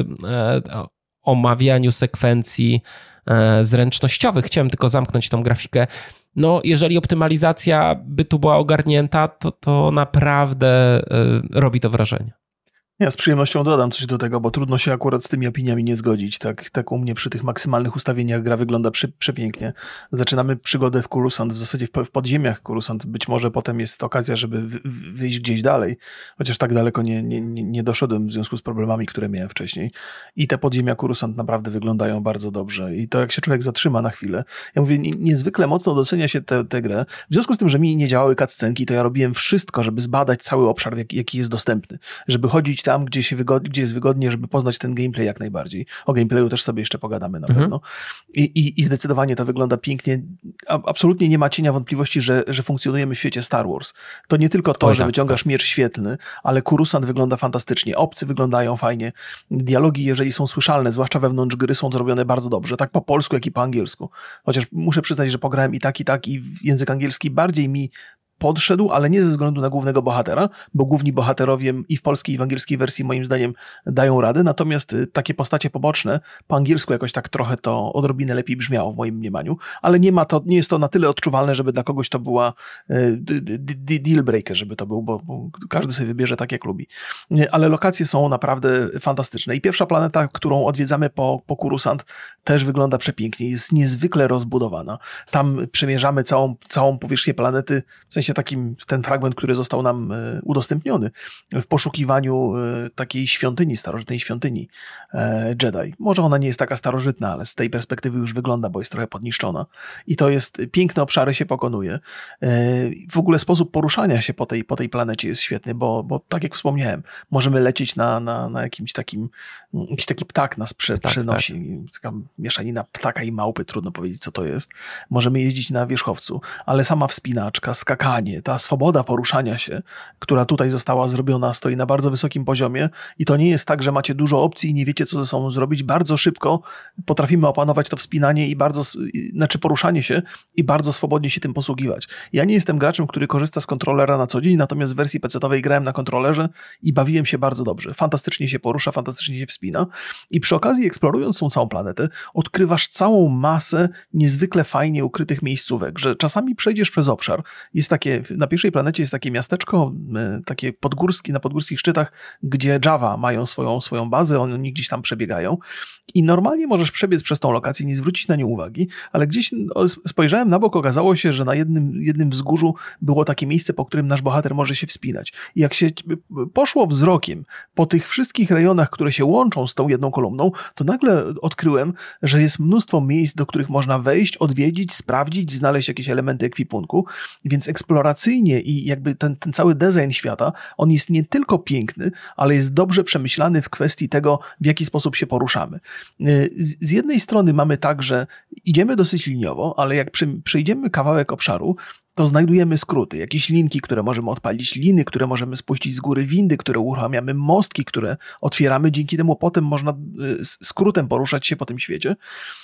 omawianiu sekwencji zręcznościowych. Chciałem tylko zamknąć tą grafikę. No, jeżeli optymalizacja by tu była ogarnięta, to naprawdę robi to wrażenie. Ja z przyjemnością dodam coś do tego, bo trudno się akurat z tymi opiniami nie zgodzić. Tak u mnie przy tych maksymalnych ustawieniach gra wygląda przepięknie. Zaczynamy przygodę w Coruscant, w zasadzie w podziemiach Coruscant. Być może potem jest okazja, żeby wyjść gdzieś dalej, chociaż tak daleko nie doszedłem w związku z problemami, które miałem wcześniej. I te podziemia Coruscant naprawdę wyglądają bardzo dobrze. I to jak się człowiek zatrzyma na chwilę. Ja mówię, niezwykle mocno docenia się tę grę. W związku z tym, że mi nie działały cutscenki, to ja robiłem wszystko, żeby zbadać cały obszar, jaki jest dostępny. Żeby chodzić tam, gdzie jest wygodnie, żeby poznać ten gameplay jak najbardziej. O gameplayu też sobie jeszcze pogadamy na pewno. I zdecydowanie to wygląda pięknie. Absolutnie nie ma cienia wątpliwości, że funkcjonujemy w świecie Star Wars. To nie tylko to, że wyciągasz miecz świetlny, ale Coruscant wygląda fantastycznie. Obcy wyglądają fajnie. Dialogi, jeżeli są słyszalne, zwłaszcza wewnątrz gry, są zrobione bardzo dobrze. Tak po polsku, jak i po angielsku. Chociaż muszę przyznać, że pograłem i tak i język angielski bardziej mi podszedł, ale nie ze względu na głównego bohatera, bo główni bohaterowie i w polskiej, i w angielskiej wersji moim zdaniem dają radę, natomiast takie postacie poboczne po angielsku jakoś tak trochę to odrobinę lepiej brzmiało w moim mniemaniu, ale nie jest to na tyle odczuwalne, żeby dla kogoś to była deal breaker, żeby to był, bo każdy sobie wybierze tak jak lubi. Ale lokacje są naprawdę fantastyczne i pierwsza planeta, którą odwiedzamy po Coruscant, też wygląda przepięknie, jest niezwykle rozbudowana. Tam przemierzamy całą powierzchnię planety, w sensie takim, ten fragment, który został nam udostępniony w poszukiwaniu takiej świątyni, starożytnej świątyni Jedi. Może ona nie jest taka starożytna, ale z tej perspektywy już wygląda, bo jest trochę podniszczona. I to jest, piękne obszary się pokonuje. W ogóle sposób poruszania się po tej planecie jest świetny, bo tak jak wspomniałem, możemy lecieć na jakiś taki ptak nas przenosi. Tak. Taka mieszanina ptaka i małpy, trudno powiedzieć co to jest. Możemy jeździć na wierzchowcu, ale sama wspinaczka, skakanie, wspinanie, ta swoboda poruszania się, która tutaj została zrobiona, stoi na bardzo wysokim poziomie i to nie jest tak, że macie dużo opcji i nie wiecie, co ze sobą zrobić. Bardzo szybko potrafimy opanować to wspinanie znaczy poruszanie się i bardzo swobodnie się tym posługiwać. Ja nie jestem graczem, który korzysta z kontrolera na co dzień, natomiast w wersji PC-owej grałem na kontrolerze i bawiłem się bardzo dobrze. Fantastycznie się porusza, fantastycznie się wspina i przy okazji, eksplorując tą całą planetę, odkrywasz całą masę niezwykle fajnie ukrytych miejscówek, że czasami przejdziesz przez obszar. Na pierwszej planecie jest takie miasteczko, takie na podgórskich szczytach, gdzie Java mają swoją bazę, oni gdzieś tam przebiegają i normalnie możesz przebiec przez tą lokację, nie zwrócić na nią uwagi, ale gdzieś spojrzałem na bok, okazało się, że na jednym wzgórzu było takie miejsce, po którym nasz bohater może się wspinać. I jak się poszło wzrokiem po tych wszystkich rejonach, które się łączą z tą jedną kolumną, to nagle odkryłem, że jest mnóstwo miejsc, do których można wejść, odwiedzić, sprawdzić, znaleźć jakieś elementy ekwipunku, więc eksploracyjnie i jakby ten cały design świata, on jest nie tylko piękny, ale jest dobrze przemyślany w kwestii tego, w jaki sposób się poruszamy. Z jednej strony mamy tak, że idziemy dosyć liniowo, ale jak przejdziemy kawałek obszaru, to znajdujemy skróty, jakieś linki, które możemy odpalić, liny, które możemy spuścić z góry, windy, które uruchamiamy, mostki, które otwieramy, dzięki temu potem można skrótem poruszać się po tym świecie.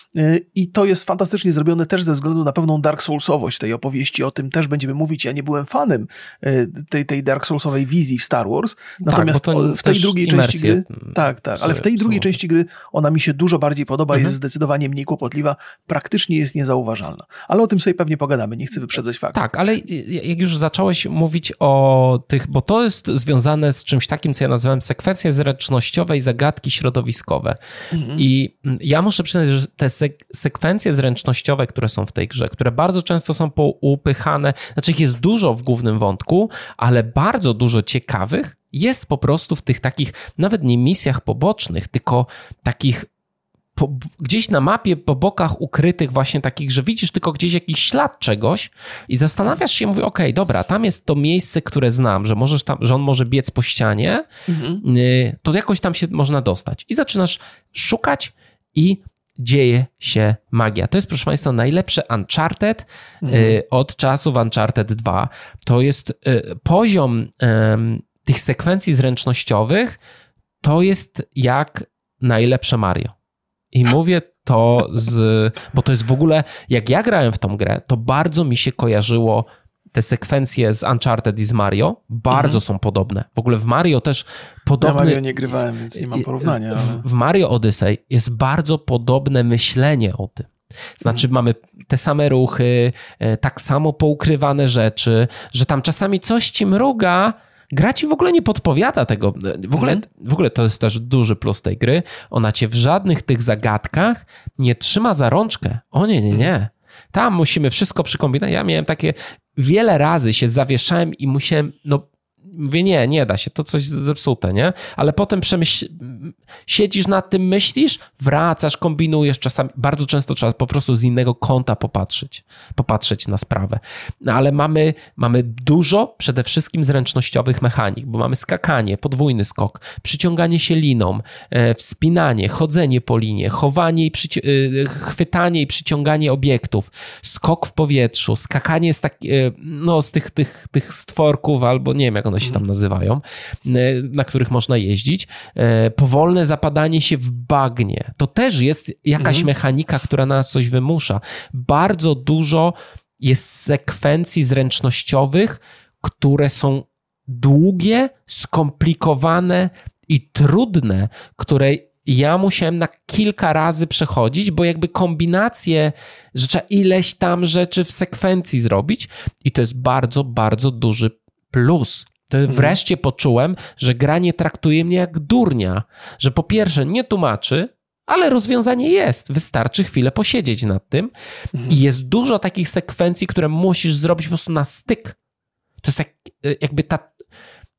I to jest fantastycznie zrobione też ze względu na pewną Dark Soulsowość tej opowieści, o tym też będziemy mówić. Ja nie byłem fanem tej Dark Soulsowej wizji w Star Wars, natomiast w tej drugiej części gry, ale w tej drugiej części gry ona mi się dużo bardziej podoba, jest zdecydowanie mniej kłopotliwa, praktycznie jest niezauważalna. Ale o tym sobie pewnie pogadamy, nie chcę wyprzedzać faktu. Tak, ale jak już zacząłeś mówić o tych, bo to jest związane z czymś takim, co ja nazywam sekwencje zręcznościowe i zagadki środowiskowe. I ja muszę przyznać, że te sekwencje zręcznościowe, które są w tej grze, które bardzo często są poupychane, znaczy ich jest dużo w głównym wątku, ale bardzo dużo ciekawych jest po prostu w tych takich, nawet nie misjach pobocznych, tylko takich gdzieś na mapie po bokach ukrytych właśnie takich, że widzisz tylko gdzieś jakiś ślad czegoś i zastanawiasz się, mówisz, okej, dobra, tam jest to miejsce, które znam, że on może biec po ścianie, to jakoś tam się można dostać. I zaczynasz szukać i dzieje się magia. To jest, proszę Państwa, najlepsze Uncharted od czasów Uncharted 2. To jest poziom tych sekwencji zręcznościowych, to jest jak najlepsze Mario. I mówię to bo to jest w ogóle, jak ja grałem w tą grę, to bardzo mi się kojarzyło te sekwencje z Uncharted i z Mario, bardzo są podobne. W ogóle w Mario też podobny... Ja Mario nie grywałem, więc nie mam porównania. Ale... W Mario Odyssey jest bardzo podobne myślenie o tym. Znaczy mamy te same ruchy, tak samo poukrywane rzeczy, że tam czasami coś ci mruga, gra ci w ogóle nie podpowiada tego. W ogóle to jest też duży plus tej gry. Ona cię w żadnych tych zagadkach nie trzyma za rączkę. O nie. Tam musimy wszystko przykombinować. Ja miałem takie, wiele razy się zawieszałem i musiałem, mówię, nie da się, to coś zepsute, nie? Ale potem siedzisz nad tym, myślisz, wracasz, kombinujesz czasami. Bardzo często trzeba po prostu z innego kąta popatrzeć na sprawę. No, ale mamy dużo przede wszystkim zręcznościowych mechanik, bo mamy skakanie, podwójny skok, przyciąganie się liną, wspinanie, chodzenie po linie, chowanie i chwytanie i przyciąganie obiektów, skok w powietrzu, skakanie z tych stworków, albo nie wiem, jak one się tam nazywają, na których można jeździć. Powolne zapadanie się w bagnie. To też jest jakaś mechanika, która na nas coś wymusza. Bardzo dużo jest sekwencji zręcznościowych, które są długie, skomplikowane i trudne, które ja musiałem na kilka razy przechodzić, bo jakby kombinacje, że trzeba ileś tam rzeczy w sekwencji zrobić i to jest bardzo, bardzo duży plus. To wreszcie poczułem, że gra nie traktuje mnie jak durnia, że po pierwsze nie tłumaczy, ale rozwiązanie jest. Wystarczy chwilę posiedzieć nad tym i jest dużo takich sekwencji, które musisz zrobić po prostu na styk. To jest jakby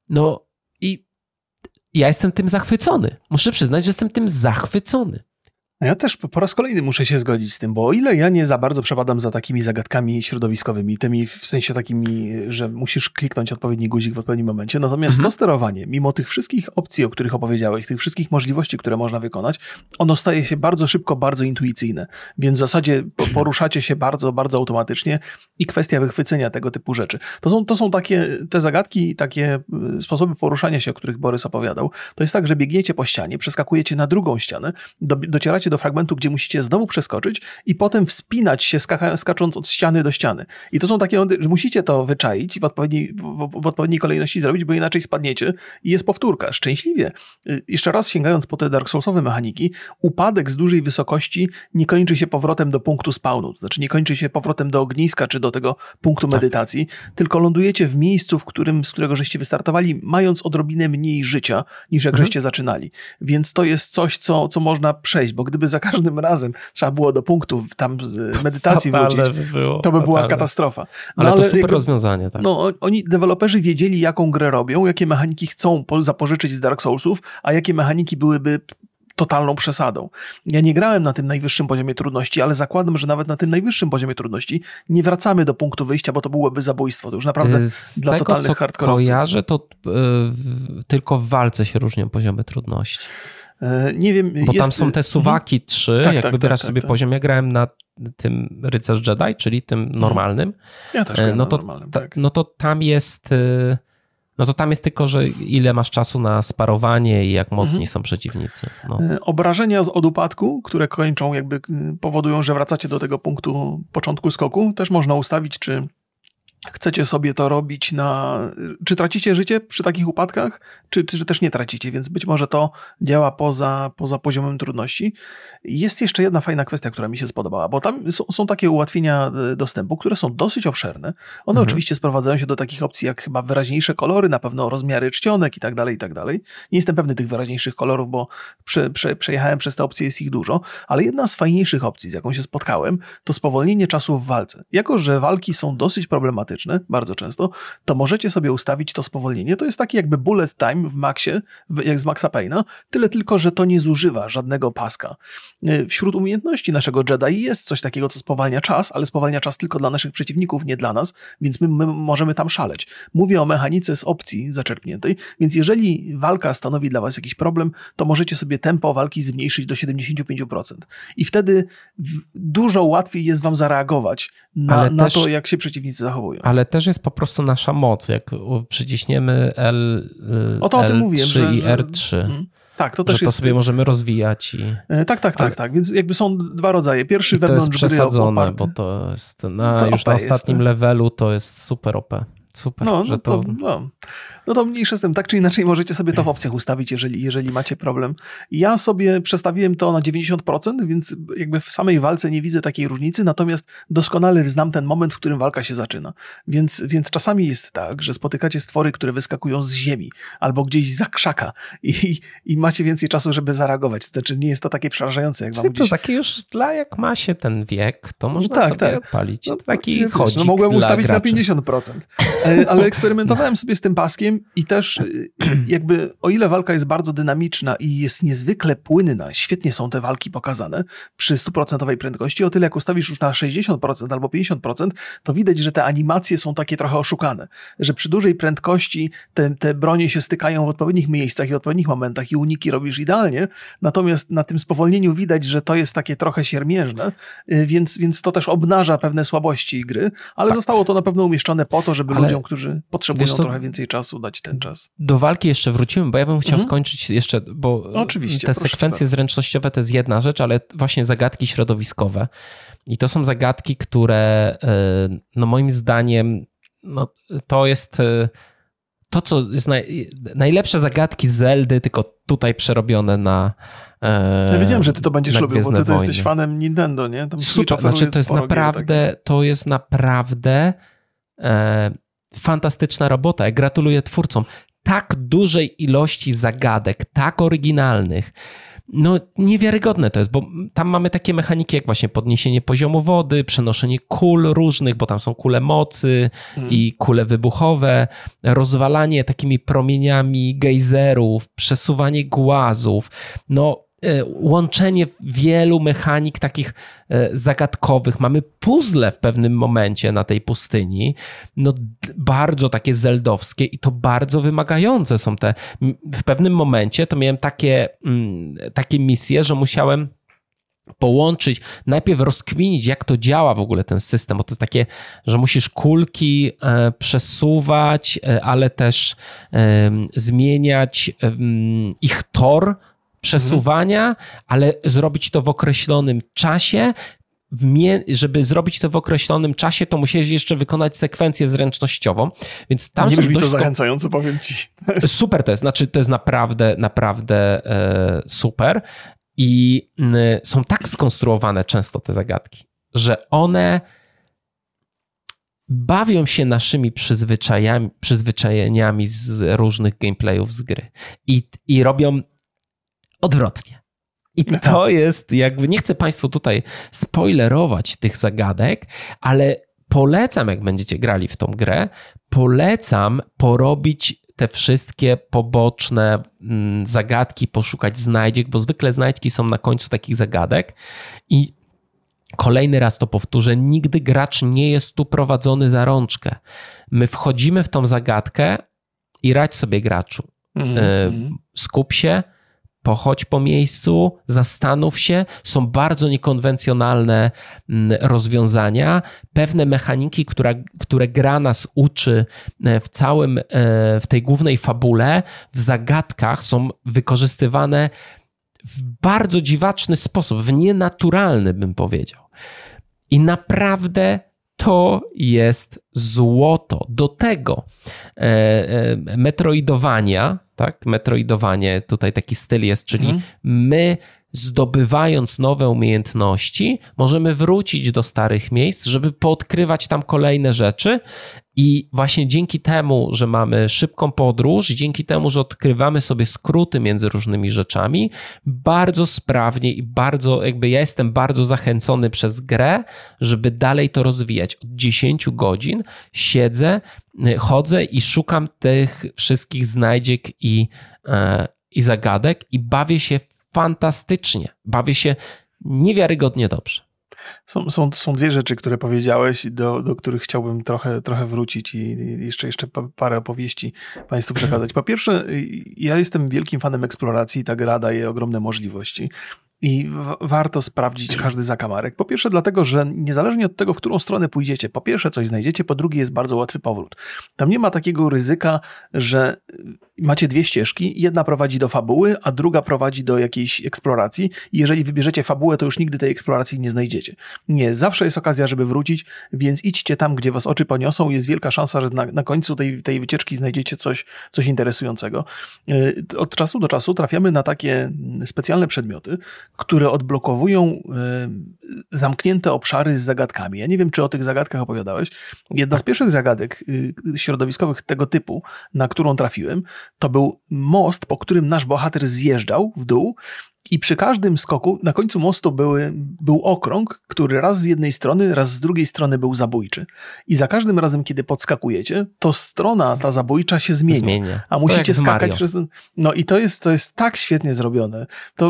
i ja jestem tym zachwycony. Muszę przyznać, że jestem tym zachwycony. Ja też po raz kolejny muszę się zgodzić z tym, bo o ile ja nie za bardzo przepadam za takimi zagadkami środowiskowymi, tymi w sensie takimi, że musisz kliknąć odpowiedni guzik w odpowiednim momencie, natomiast to sterowanie, mimo tych wszystkich opcji, o których opowiedziałeś, tych wszystkich możliwości, które można wykonać, ono staje się bardzo szybko, bardzo intuicyjne, więc w zasadzie poruszacie się bardzo, bardzo automatycznie i kwestia wychwycenia tego typu rzeczy. To są takie, te zagadki, takie sposoby poruszania się, o których Borys opowiadał, to jest tak, że biegniecie po ścianie, przeskakujecie na drugą ścianę, docieracie do fragmentu, gdzie musicie znowu przeskoczyć i potem wspinać się, skacząc od ściany do ściany. I to są takie, że musicie to wyczaić i w odpowiedniej kolejności zrobić, bo inaczej spadniecie i jest powtórka. Szczęśliwie, jeszcze raz sięgając po te Dark Soulsowe mechaniki, upadek z dużej wysokości nie kończy się powrotem do punktu spawnu, to znaczy nie kończy się powrotem do ogniska czy do tego punktu medytacji, tylko lądujecie w miejscu, z którego żeście wystartowali, mając odrobinę mniej życia, niż jak żeście zaczynali. Więc to jest coś, co można przejść, bo gdyby za każdym razem trzeba było do punktu tam medytacji wrócić, to by była katastrofa. Ale to super rozwiązanie. Tak. No, deweloperzy wiedzieli, jaką grę robią, jakie mechaniki chcą zapożyczyć z Dark Soulsów, a jakie mechaniki byłyby totalną przesadą. Ja nie grałem na tym najwyższym poziomie trudności, ale zakładam, że nawet na tym najwyższym poziomie trudności nie wracamy do punktu wyjścia, bo to byłoby zabójstwo. To już naprawdę dla totalnych hardkorowców. Kojarzę, to tylko w walce się różnią poziomy trudności. Nie wiem. Bo tam są te suwaki 3, jak wybierasz sobie poziom. Ja grałem na tym Rycerz Jedi, czyli tym normalnym. Ja też grałem na normalnym, tak. No to tam jest... No to tam jest tylko, że ile masz czasu na sparowanie i jak mocni są przeciwnicy. No. Obrażenia od upadku, które kończą, powodują, że wracacie do tego punktu początku skoku, też można ustawić, czy chcecie sobie to robić czy tracicie życie przy takich upadkach, czy też nie tracicie, więc być może to działa poza poziomem trudności. Jest jeszcze jedna fajna kwestia, która mi się spodobała, bo tam są takie ułatwienia dostępu, które są dosyć obszerne. One oczywiście sprowadzają się do takich opcji, jak chyba wyraźniejsze kolory, na pewno rozmiary czcionek i tak dalej, i tak dalej. Nie jestem pewny tych wyraźniejszych kolorów, bo przejechałem przez te opcje, jest ich dużo, ale jedna z fajniejszych opcji, z jaką się spotkałem, to spowolnienie czasu w walce. Jako że walki są dosyć problematyczne, bardzo często, to możecie sobie ustawić to spowolnienie. To jest taki jakby bullet time w Maxie, jak z Maxa Payne'a, tyle tylko, że to nie zużywa żadnego paska. Wśród umiejętności naszego Jedi jest coś takiego, co spowalnia czas, ale spowalnia czas tylko dla naszych przeciwników, nie dla nas, więc my możemy tam szaleć. Mówię o mechanice z opcji zaczerpniętej, więc jeżeli walka stanowi dla was jakiś problem, to możecie sobie tempo walki zmniejszyć do 75%. I wtedy dużo łatwiej jest wam zareagować na to, jak się przeciwnicy zachowują. Ale też jest po prostu nasza moc, jak przyciśniemy L3 i R3. Tak, to też że to sobie możemy rozwijać. Tak. Więc jakby są dwa rodzaje. Pierwszy wewnątrz gry. To jest przesadzone, bo to jest już na ostatnim levelu to jest super OP. Super, to mniejsze z tym. Tak czy inaczej możecie sobie to w opcjach ustawić, jeżeli macie problem. Ja sobie przestawiłem to na 90%, więc jakby w samej walce nie widzę takiej różnicy, natomiast doskonale znam ten moment, w którym walka się zaczyna. Więc czasami jest tak, że spotykacie stwory, które wyskakują z ziemi albo gdzieś za krzaka i macie więcej czasu, żeby zareagować. Znaczy nie jest to takie przerażające, jak wam gdzieś... To takie już jak ma się ten wiek, to można sobie odpalić. Taki chodzik mogłem ustawić graczy. Na 50%. Ale eksperymentowałem sobie z tym paskiem i też jakby o ile walka jest bardzo dynamiczna i jest niezwykle płynna, świetnie są te walki pokazane przy 100% prędkości, o tyle jak ustawisz już na 60% albo 50%, to widać, że te animacje są takie trochę oszukane, że przy dużej prędkości te bronie się stykają w odpowiednich miejscach i w odpowiednich momentach i uniki robisz idealnie, natomiast na tym spowolnieniu widać, że to jest takie trochę siermiężne, więc to też obnaża pewne słabości gry, ale zostało to na pewno umieszczone po to, żeby ludziom, którzy potrzebują trochę więcej czasu, dać ten czas. Do walki jeszcze wrócimy, bo ja bym chciał skończyć jeszcze, bo oczywiście, te sekwencje zręcznościowe to jest jedna rzecz, ale właśnie zagadki środowiskowe. I to są zagadki, które no moim zdaniem to jest to, co jest najlepsze zagadki z Zeldy, tylko tutaj przerobione na ja wiedziałem, że ty to będziesz lubił, bo ty to jesteś fanem Nintendo, nie? Tam super, znaczy to jest naprawdę fantastyczna robota. Ja gratuluję twórcom. Tak dużej ilości zagadek, tak oryginalnych. No niewiarygodne to jest, bo tam mamy takie mechaniki jak właśnie podniesienie poziomu wody, przenoszenie kul różnych, bo tam są kule mocy i kule wybuchowe, rozwalanie takimi promieniami gejzerów, przesuwanie głazów. No łączenie wielu mechanik takich zagadkowych. Mamy puzzle w pewnym momencie na tej pustyni, no bardzo takie zeldowskie i to bardzo wymagające są te. W pewnym momencie to miałem takie misje, że musiałem połączyć, najpierw rozkminić, jak to działa w ogóle ten system, bo to jest takie, że musisz kulki przesuwać, ale też zmieniać ich tor przesuwania, ale zrobić to w określonym czasie. Żeby zrobić to w określonym czasie, to musiałeś jeszcze wykonać sekwencję zręcznościową, więc tam nie są brzmi dość to zachęcająco, powiem ci. Super to jest, znaczy to jest naprawdę super i są tak skonstruowane często te zagadki, że one bawią się naszymi przyzwyczajeniami z różnych gameplayów z gry i robią odwrotnie. I to jest jakby, nie chcę Państwu tutaj spoilerować tych zagadek, ale polecam, jak będziecie grali w tą grę, polecam porobić te wszystkie poboczne zagadki, poszukać znajdziek, bo zwykle znajdźki są na końcu takich zagadek i kolejny raz to powtórzę, nigdy gracz nie jest tu prowadzony za rączkę. My wchodzimy w tą zagadkę i radź sobie, graczu. Skup się, pochodź po miejscu, zastanów się. Są bardzo niekonwencjonalne rozwiązania. Pewne mechaniki, które gra nas uczy w tej głównej fabule, w zagadkach są wykorzystywane w bardzo dziwaczny sposób, w nienaturalny, bym powiedział. I naprawdę to jest złoto. Do tego Metroidvania, tak? Metroidowanie, tutaj taki styl jest, czyli my zdobywając nowe umiejętności, możemy wrócić do starych miejsc, żeby poodkrywać tam kolejne rzeczy i właśnie dzięki temu, że mamy szybką podróż, dzięki temu, że odkrywamy sobie skróty między różnymi rzeczami, bardzo sprawnie i bardzo, jakby ja jestem bardzo zachęcony przez grę, żeby dalej to rozwijać. Od 10 godzin siedzę, chodzę i szukam tych wszystkich znajdziek i zagadek i bawię się fantastycznie. Bawię się niewiarygodnie dobrze. Są dwie rzeczy, które powiedziałeś, do których chciałbym trochę wrócić i jeszcze parę opowieści Państwu przekazać. Po pierwsze, ja jestem wielkim fanem eksploracji, ta gra daje ogromne możliwości. I warto sprawdzić każdy zakamarek. Po pierwsze dlatego, że niezależnie od tego, w którą stronę pójdziecie, po pierwsze coś znajdziecie, po drugie jest bardzo łatwy powrót. Tam nie ma takiego ryzyka, że macie dwie ścieżki, jedna prowadzi do fabuły, a druga prowadzi do jakiejś eksploracji i jeżeli wybierzecie fabułę, to już nigdy tej eksploracji nie znajdziecie. Nie, zawsze jest okazja, żeby wrócić, więc idźcie tam, gdzie was oczy poniosą. Jest wielka szansa, że na końcu tej wycieczki znajdziecie coś interesującego. Od czasu do czasu trafiamy na takie specjalne przedmioty, które odblokowują zamknięte obszary z zagadkami. Ja nie wiem, czy o tych zagadkach opowiadałeś. Jedna z pierwszych zagadek środowiskowych tego typu, na którą trafiłem, to był most, po którym nasz bohater zjeżdżał w dół i przy każdym skoku na końcu mostu był okrąg, który raz z jednej strony, raz z drugiej strony był zabójczy. I za każdym razem, kiedy podskakujecie, to strona ta zabójcza się zmienia. A musicie skakać przez ten... No i to jest tak świetnie zrobione.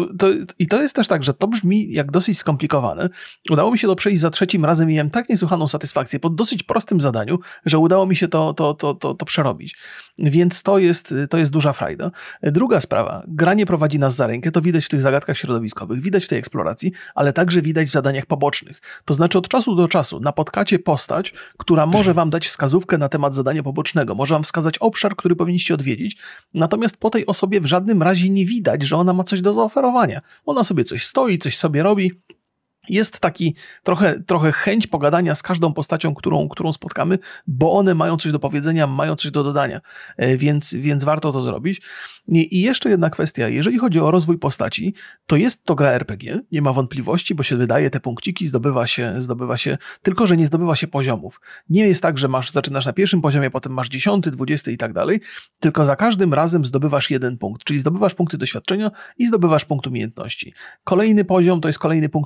I to jest też tak, że to brzmi jak dosyć skomplikowane. Udało mi się to przejść za trzecim razem i miałem tak niesłychaną satysfakcję po dosyć prostym zadaniu, że udało mi się to przerobić. Więc to jest duża frajda. Druga sprawa. Gra nie prowadzi nas za rękę, to widać w tych zagadkach środowiskowych, widać w tej eksploracji, ale także widać w zadaniach pobocznych. To znaczy od czasu do czasu napotkacie postać, która może wam dać wskazówkę na temat zadania pobocznego, może wam wskazać obszar, który powinniście odwiedzić, natomiast po tej osobie w żadnym razie nie widać, że ona ma coś do zaoferowania. Ona sobie coś stoi, coś sobie robi. Jest taki trochę chęć pogadania z każdą postacią, którą spotkamy, bo one mają coś do powiedzenia, mają coś do dodania, więc warto to zrobić. I jeszcze jedna kwestia, jeżeli chodzi o rozwój postaci, to jest to gra RPG, nie ma wątpliwości, bo się wydaje te punkciki, zdobywa się, tylko że nie zdobywa się poziomów. Nie jest tak, że zaczynasz na pierwszym poziomie, potem masz 10, 20 i tak dalej, tylko za każdym razem zdobywasz jeden punkt, czyli zdobywasz punkty doświadczenia i zdobywasz punkt umiejętności. Kolejny poziom to jest kolejny punkt umiejętności,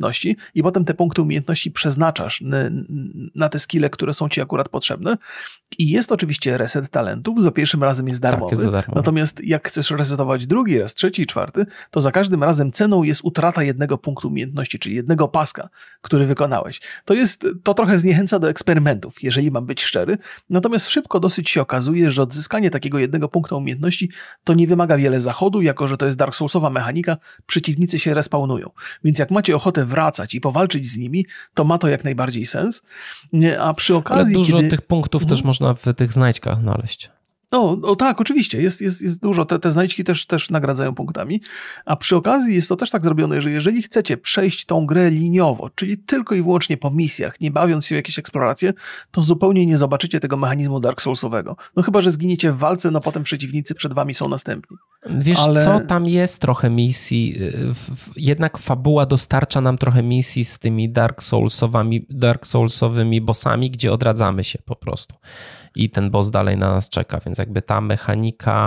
umiejętności i potem te punkty umiejętności przeznaczasz na te skille, które są ci akurat potrzebne. I jest oczywiście reset talentów, za pierwszym razem jest darmowy. Tak, jest za darmo. Natomiast jak chcesz resetować drugi raz, trzeci i czwarty, to za każdym razem ceną jest utrata jednego punktu umiejętności, czyli jednego paska, który wykonałeś. To trochę zniechęca do eksperymentów, jeżeli mam być szczery. Natomiast szybko dosyć się okazuje, że odzyskanie takiego jednego punktu umiejętności to nie wymaga wiele zachodu, jako że to jest Dark Soulsowa mechanika, przeciwnicy się respawnują. Więc jak macie ochotę wracać i powalczyć z nimi, to ma to jak najbardziej sens. A przy okazji... Ale dużo tych punktów też można w tych znajdźkach znaleźć. Tak, oczywiście, jest dużo. Te znajdźki też nagradzają punktami. A przy okazji jest to też tak zrobione, że jeżeli chcecie przejść tą grę liniowo, czyli tylko i wyłącznie po misjach, nie bawiąc się w jakieś eksploracje, to zupełnie nie zobaczycie tego mechanizmu Dark Soulsowego. No chyba że zginiecie w walce, no potem przeciwnicy przed wami są następni. Wiesz co, tam jest trochę misji, jednak fabuła dostarcza nam trochę misji z tymi Dark Soulsowymi bossami, gdzie odradzamy się po prostu. I ten boss dalej na nas czeka, więc jakby ta mechanika...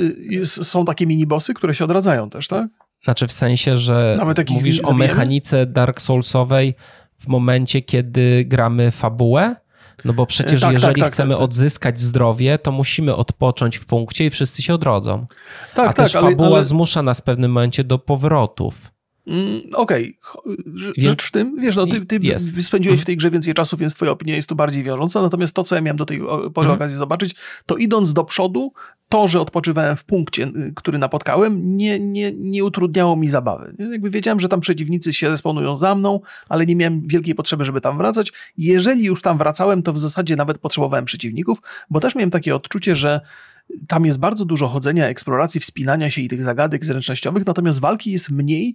Są takie mini-bossy, które się odradzają też, tak? Znaczy w sensie, że mówisz o mechanice Dark Soulsowej w momencie, kiedy gramy fabułę, no bo przecież jeżeli chcemy odzyskać zdrowie, to musimy odpocząć w punkcie i wszyscy się odrodzą. A też fabuła zmusza nas w pewnym momencie do powrotów. Okej. Rzecz w tym, wiesz, ty spędziłeś w tej grze więcej czasu, więc twoja opinia jest tu bardziej wiążąca, natomiast to, co ja miałem do tej pory okazji zobaczyć, to idąc do przodu, to, że odpoczywałem w punkcie, który napotkałem, nie utrudniało mi zabawy. Jakby wiedziałem, że tam przeciwnicy się spawnują za mną, ale nie miałem wielkiej potrzeby, żeby tam wracać. Jeżeli już tam wracałem, to w zasadzie nawet potrzebowałem przeciwników, bo też miałem takie odczucie, że tam jest bardzo dużo chodzenia, eksploracji, wspinania się i tych zagadek zręcznościowych, natomiast walki jest mniej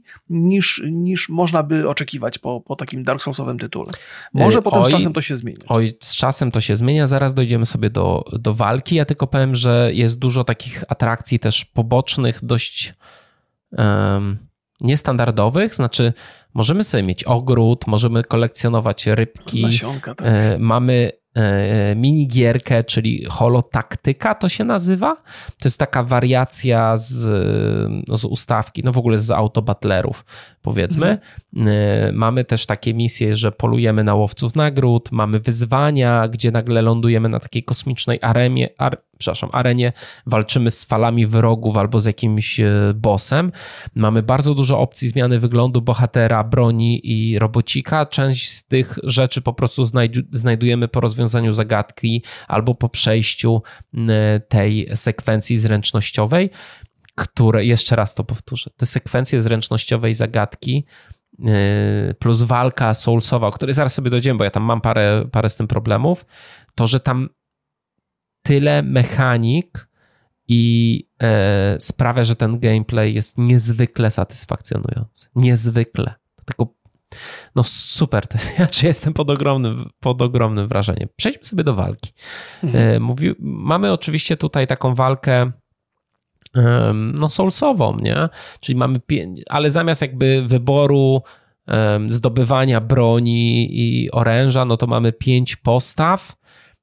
niż można by oczekiwać po takim Dark Soulsowym tytule. Może potem z czasem to się zmieni. Z czasem to się zmienia, zaraz dojdziemy sobie do walki. Ja tylko powiem, że jest dużo takich atrakcji też pobocznych, dość niestandardowych, znaczy możemy sobie mieć ogród, możemy kolekcjonować rybki, nasionka, tak. Mamy minigierkę, czyli holotaktyka to się nazywa. To jest taka wariacja z ustawki, no w ogóle z autobatlerów powiedzmy. Mamy też takie misje, że polujemy na łowców nagród, mamy wyzwania, gdzie nagle lądujemy na takiej kosmicznej arenie, walczymy z falami wrogów albo z jakimś bossem. Mamy bardzo dużo opcji zmiany wyglądu bohatera, broni i robocika. Część z tych rzeczy po prostu znajdujemy po rozwiązaniu zagadki albo po przejściu tej sekwencji zręcznościowej, które, jeszcze raz to powtórzę, te sekwencje zręcznościowej zagadki plus walka soulsowa, o której zaraz sobie dojdziemy, bo ja tam mam parę z tym problemów, to, że tam tyle mechanik i sprawia, że ten gameplay jest niezwykle satysfakcjonujący. Niezwykle. Tylko no super, to jest, ja jestem pod ogromnym wrażeniem. Przejdźmy sobie do walki. Mamy oczywiście tutaj taką walkę soulsową, nie? Czyli mamy, ale zamiast jakby wyboru zdobywania broni i oręża, no to mamy 5 postaw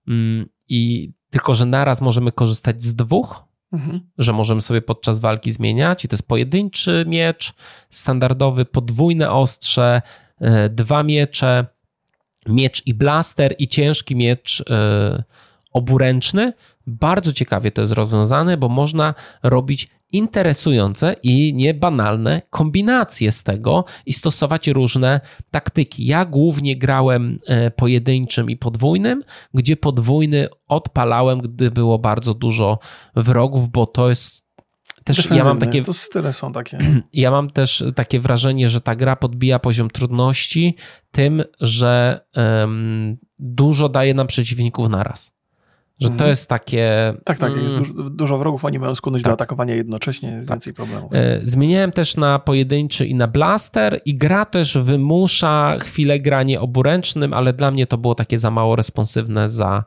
i tylko, że naraz możemy korzystać z 2, że możemy sobie podczas walki zmieniać i to jest pojedynczy miecz, standardowy, podwójne ostrze, 2 miecze, miecz i blaster i ciężki miecz oburęczny. Bardzo ciekawie to jest rozwiązane, bo można robić interesujące i niebanalne kombinacje z tego i stosować różne taktyki. Ja głównie grałem pojedynczym i podwójnym, gdzie podwójny odpalałem, gdy było bardzo dużo wrogów, bo to jest też, ja mam takie, to style są takie. Ja mam też takie wrażenie, że ta gra podbija poziom trudności tym, że dużo daje nam przeciwników naraz. Że to jest takie... Tak, jest dużo wrogów, oni mają skłonność do atakowania jednocześnie, jest więcej problemów. Zmieniałem też na pojedynczy i na blaster i gra też wymusza chwilę granie oburęcznym, ale dla mnie to było takie za mało responsywne,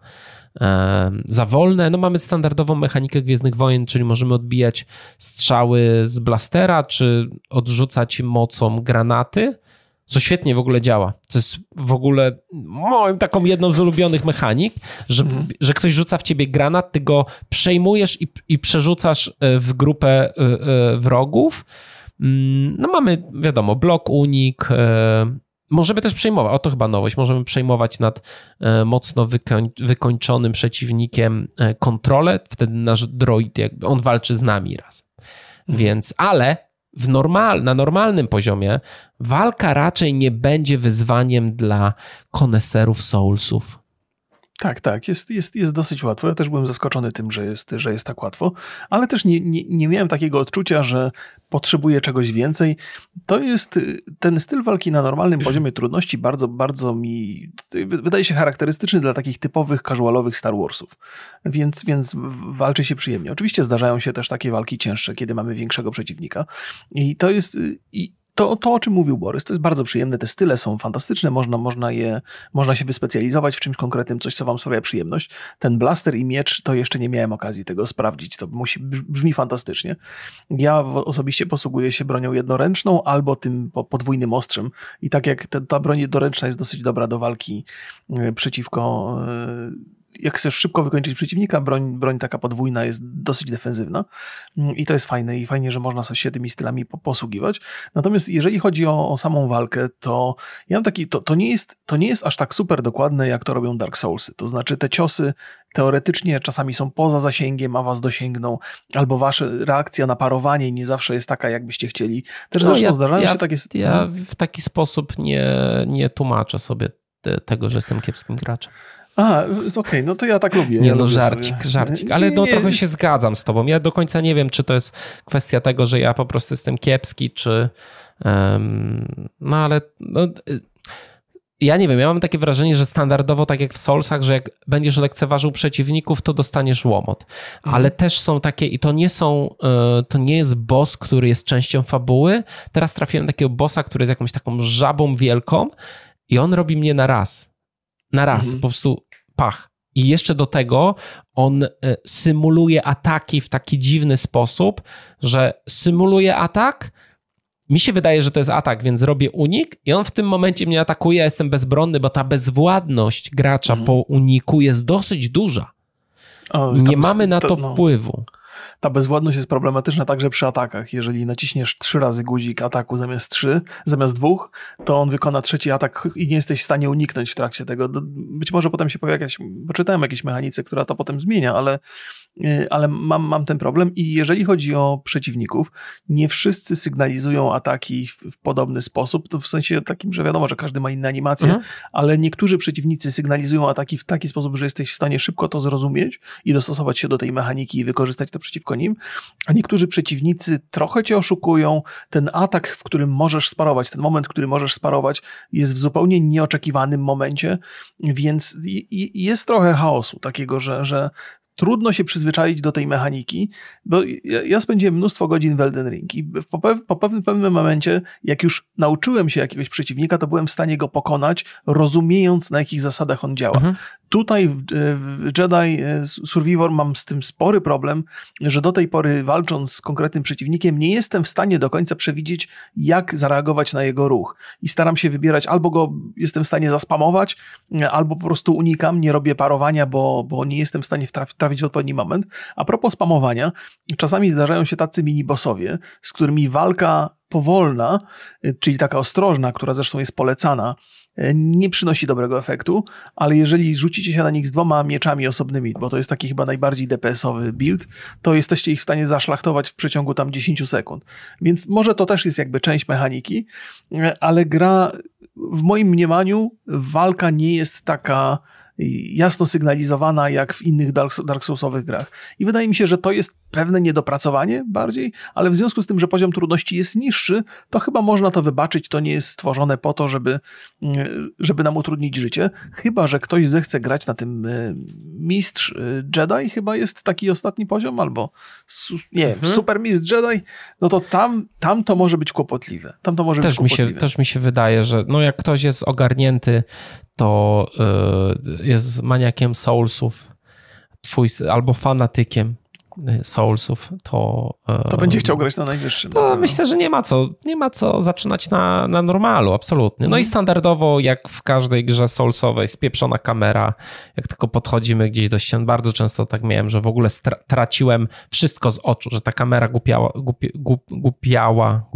za wolne. No mamy standardową mechanikę Gwiezdnych Wojen, czyli możemy odbijać strzały z blastera, czy odrzucać mocą granaty, co świetnie w ogóle działa. To jest w ogóle moją taką jedną z ulubionych mechanik, że ktoś rzuca w ciebie granat, ty go przejmujesz i przerzucasz w grupę wrogów No mamy, wiadomo, blok, unik. Możemy też przejmować, to chyba nowość, możemy przejmować nad mocno wykończonym przeciwnikiem kontrolę, wtedy nasz droid, jakby on walczy z nami razem. Więc, ale na normalnym poziomie walka raczej nie będzie wyzwaniem dla koneserów Soulsów. Tak, jest dosyć łatwo. Ja też byłem zaskoczony tym, że jest tak łatwo, ale też nie miałem takiego odczucia, że potrzebuję czegoś więcej. To jest ten styl walki na normalnym poziomie trudności bardzo, bardzo mi wydaje się charakterystyczny dla takich typowych casualowych Star Warsów, więc walczy się przyjemnie. Oczywiście zdarzają się też takie walki cięższe, kiedy mamy większego przeciwnika i to jest... To, o czym mówił Borys, to jest bardzo przyjemne, te style są fantastyczne, można się wyspecjalizować w czymś konkretnym, coś, co wam sprawia przyjemność. Ten blaster i miecz, to jeszcze nie miałem okazji tego sprawdzić, to brzmi fantastycznie. Ja osobiście posługuję się bronią jednoręczną albo tym podwójnym ostrzem i tak jak ta broń jednoręczna jest dosyć dobra do walki przeciwko... Jak chcesz szybko wykończyć przeciwnika, broń taka podwójna jest dosyć defensywna i to jest fajne i fajnie, że można się tymi stylami posługiwać. Natomiast jeżeli chodzi o samą walkę, to ja mam taki, to nie jest aż tak super dokładne, jak to robią Dark Soulsy. To znaczy te ciosy teoretycznie czasami są poza zasięgiem, a was dosięgną, albo wasza reakcja na parowanie nie zawsze jest taka, jakbyście chcieli. Też zresztą zdarzają się takie... Ja w taki sposób nie tłumaczę sobie tego, że jestem kiepskim graczem. Okej, no to ja tak lubię. Nie, żarcik, ale trochę się zgadzam z tobą. Ja do końca nie wiem, czy to jest kwestia tego, że ja po prostu jestem kiepski, czy... Ja nie wiem, ja mam takie wrażenie, że standardowo, tak jak w Soulsach, że jak będziesz lekceważył przeciwników, to dostaniesz łomot. Ale też są takie, i to nie jest boss, który jest częścią fabuły. Teraz trafiłem na takiego bossa, który jest jakąś taką żabą wielką i on robi mnie na raz, po prostu pach. I jeszcze do tego on symuluje ataki w taki dziwny sposób, że symuluje atak, mi się wydaje, że to jest atak, więc robię unik i on w tym momencie mnie atakuje, ja jestem bezbronny, bo ta bezwładność gracza po uniku jest dosyć duża. Nie mamy na to wpływu. Ta bezwładność jest problematyczna także przy atakach. Jeżeli naciśniesz 3 razy guzik ataku zamiast 2, to on wykona 3. atak i nie jesteś w stanie uniknąć w trakcie tego. Być może potem się pojawi poczytałem jakieś mechanice, która to potem zmienia, ale mam ten problem i jeżeli chodzi o przeciwników, nie wszyscy sygnalizują ataki w podobny sposób, to w sensie takim, że wiadomo, że każdy ma inne animacje, ale niektórzy przeciwnicy sygnalizują ataki w taki sposób, że jesteś w stanie szybko to zrozumieć i dostosować się do tej mechaniki i wykorzystać to przeciwko nim, a niektórzy przeciwnicy trochę cię oszukują, ten atak, w którym możesz sparować, ten moment, który możesz sparować jest w zupełnie nieoczekiwanym momencie, więc jest trochę chaosu takiego, że trudno się przyzwyczaić do tej mechaniki, bo ja spędziłem mnóstwo godzin w Elden Ring i po pewnym momencie, jak już nauczyłem się jakiegoś przeciwnika, to byłem w stanie go pokonać, rozumiejąc, na jakich zasadach on działa. Tutaj w Jedi Survivor mam z tym spory problem, że do tej pory walcząc z konkretnym przeciwnikiem nie jestem w stanie do końca przewidzieć, jak zareagować na jego ruch. I staram się wybierać, albo go jestem w stanie zaspamować, albo po prostu unikam, nie robię parowania, bo nie jestem w stanie trafić w odpowiedni moment. A propos spamowania, czasami zdarzają się tacy minibossowie, z którymi walka powolna, czyli taka ostrożna, która zresztą jest polecana, nie przynosi dobrego efektu, ale jeżeli rzucicie się na nich z 2 mieczami osobnymi, bo to jest taki chyba najbardziej DPS-owy build, to jesteście ich w stanie zaszlachtować w przeciągu tam 10 sekund. Więc może to też jest jakby część mechaniki, ale gra, w moim mniemaniu, walka nie jest taka jasno sygnalizowana jak w innych Dark Soulsowych grach. I wydaje mi się, że to jest pewne niedopracowanie bardziej, ale w związku z tym, że poziom trudności jest niższy, to chyba można to wybaczyć. To nie jest stworzone po to, żeby nam utrudnić życie. Chyba że ktoś zechce grać na tym mistrz Jedi, chyba jest taki ostatni poziom, albo super mistrz Jedi, no to tam to może być kłopotliwe. Też mi się wydaje, że jak ktoś jest ogarnięty, to jest maniakiem Soulsów, albo fanatykiem Soulsów, to będzie chciał grać na najwyższym. To myślę, że nie ma co zaczynać na normalu, absolutnie. No i standardowo, jak w każdej grze Soulsowej, spieprzona kamera, jak tylko podchodzimy gdzieś do ścian, bardzo często tak miałem, że w ogóle traciłem wszystko z oczu, że ta kamera głupiała,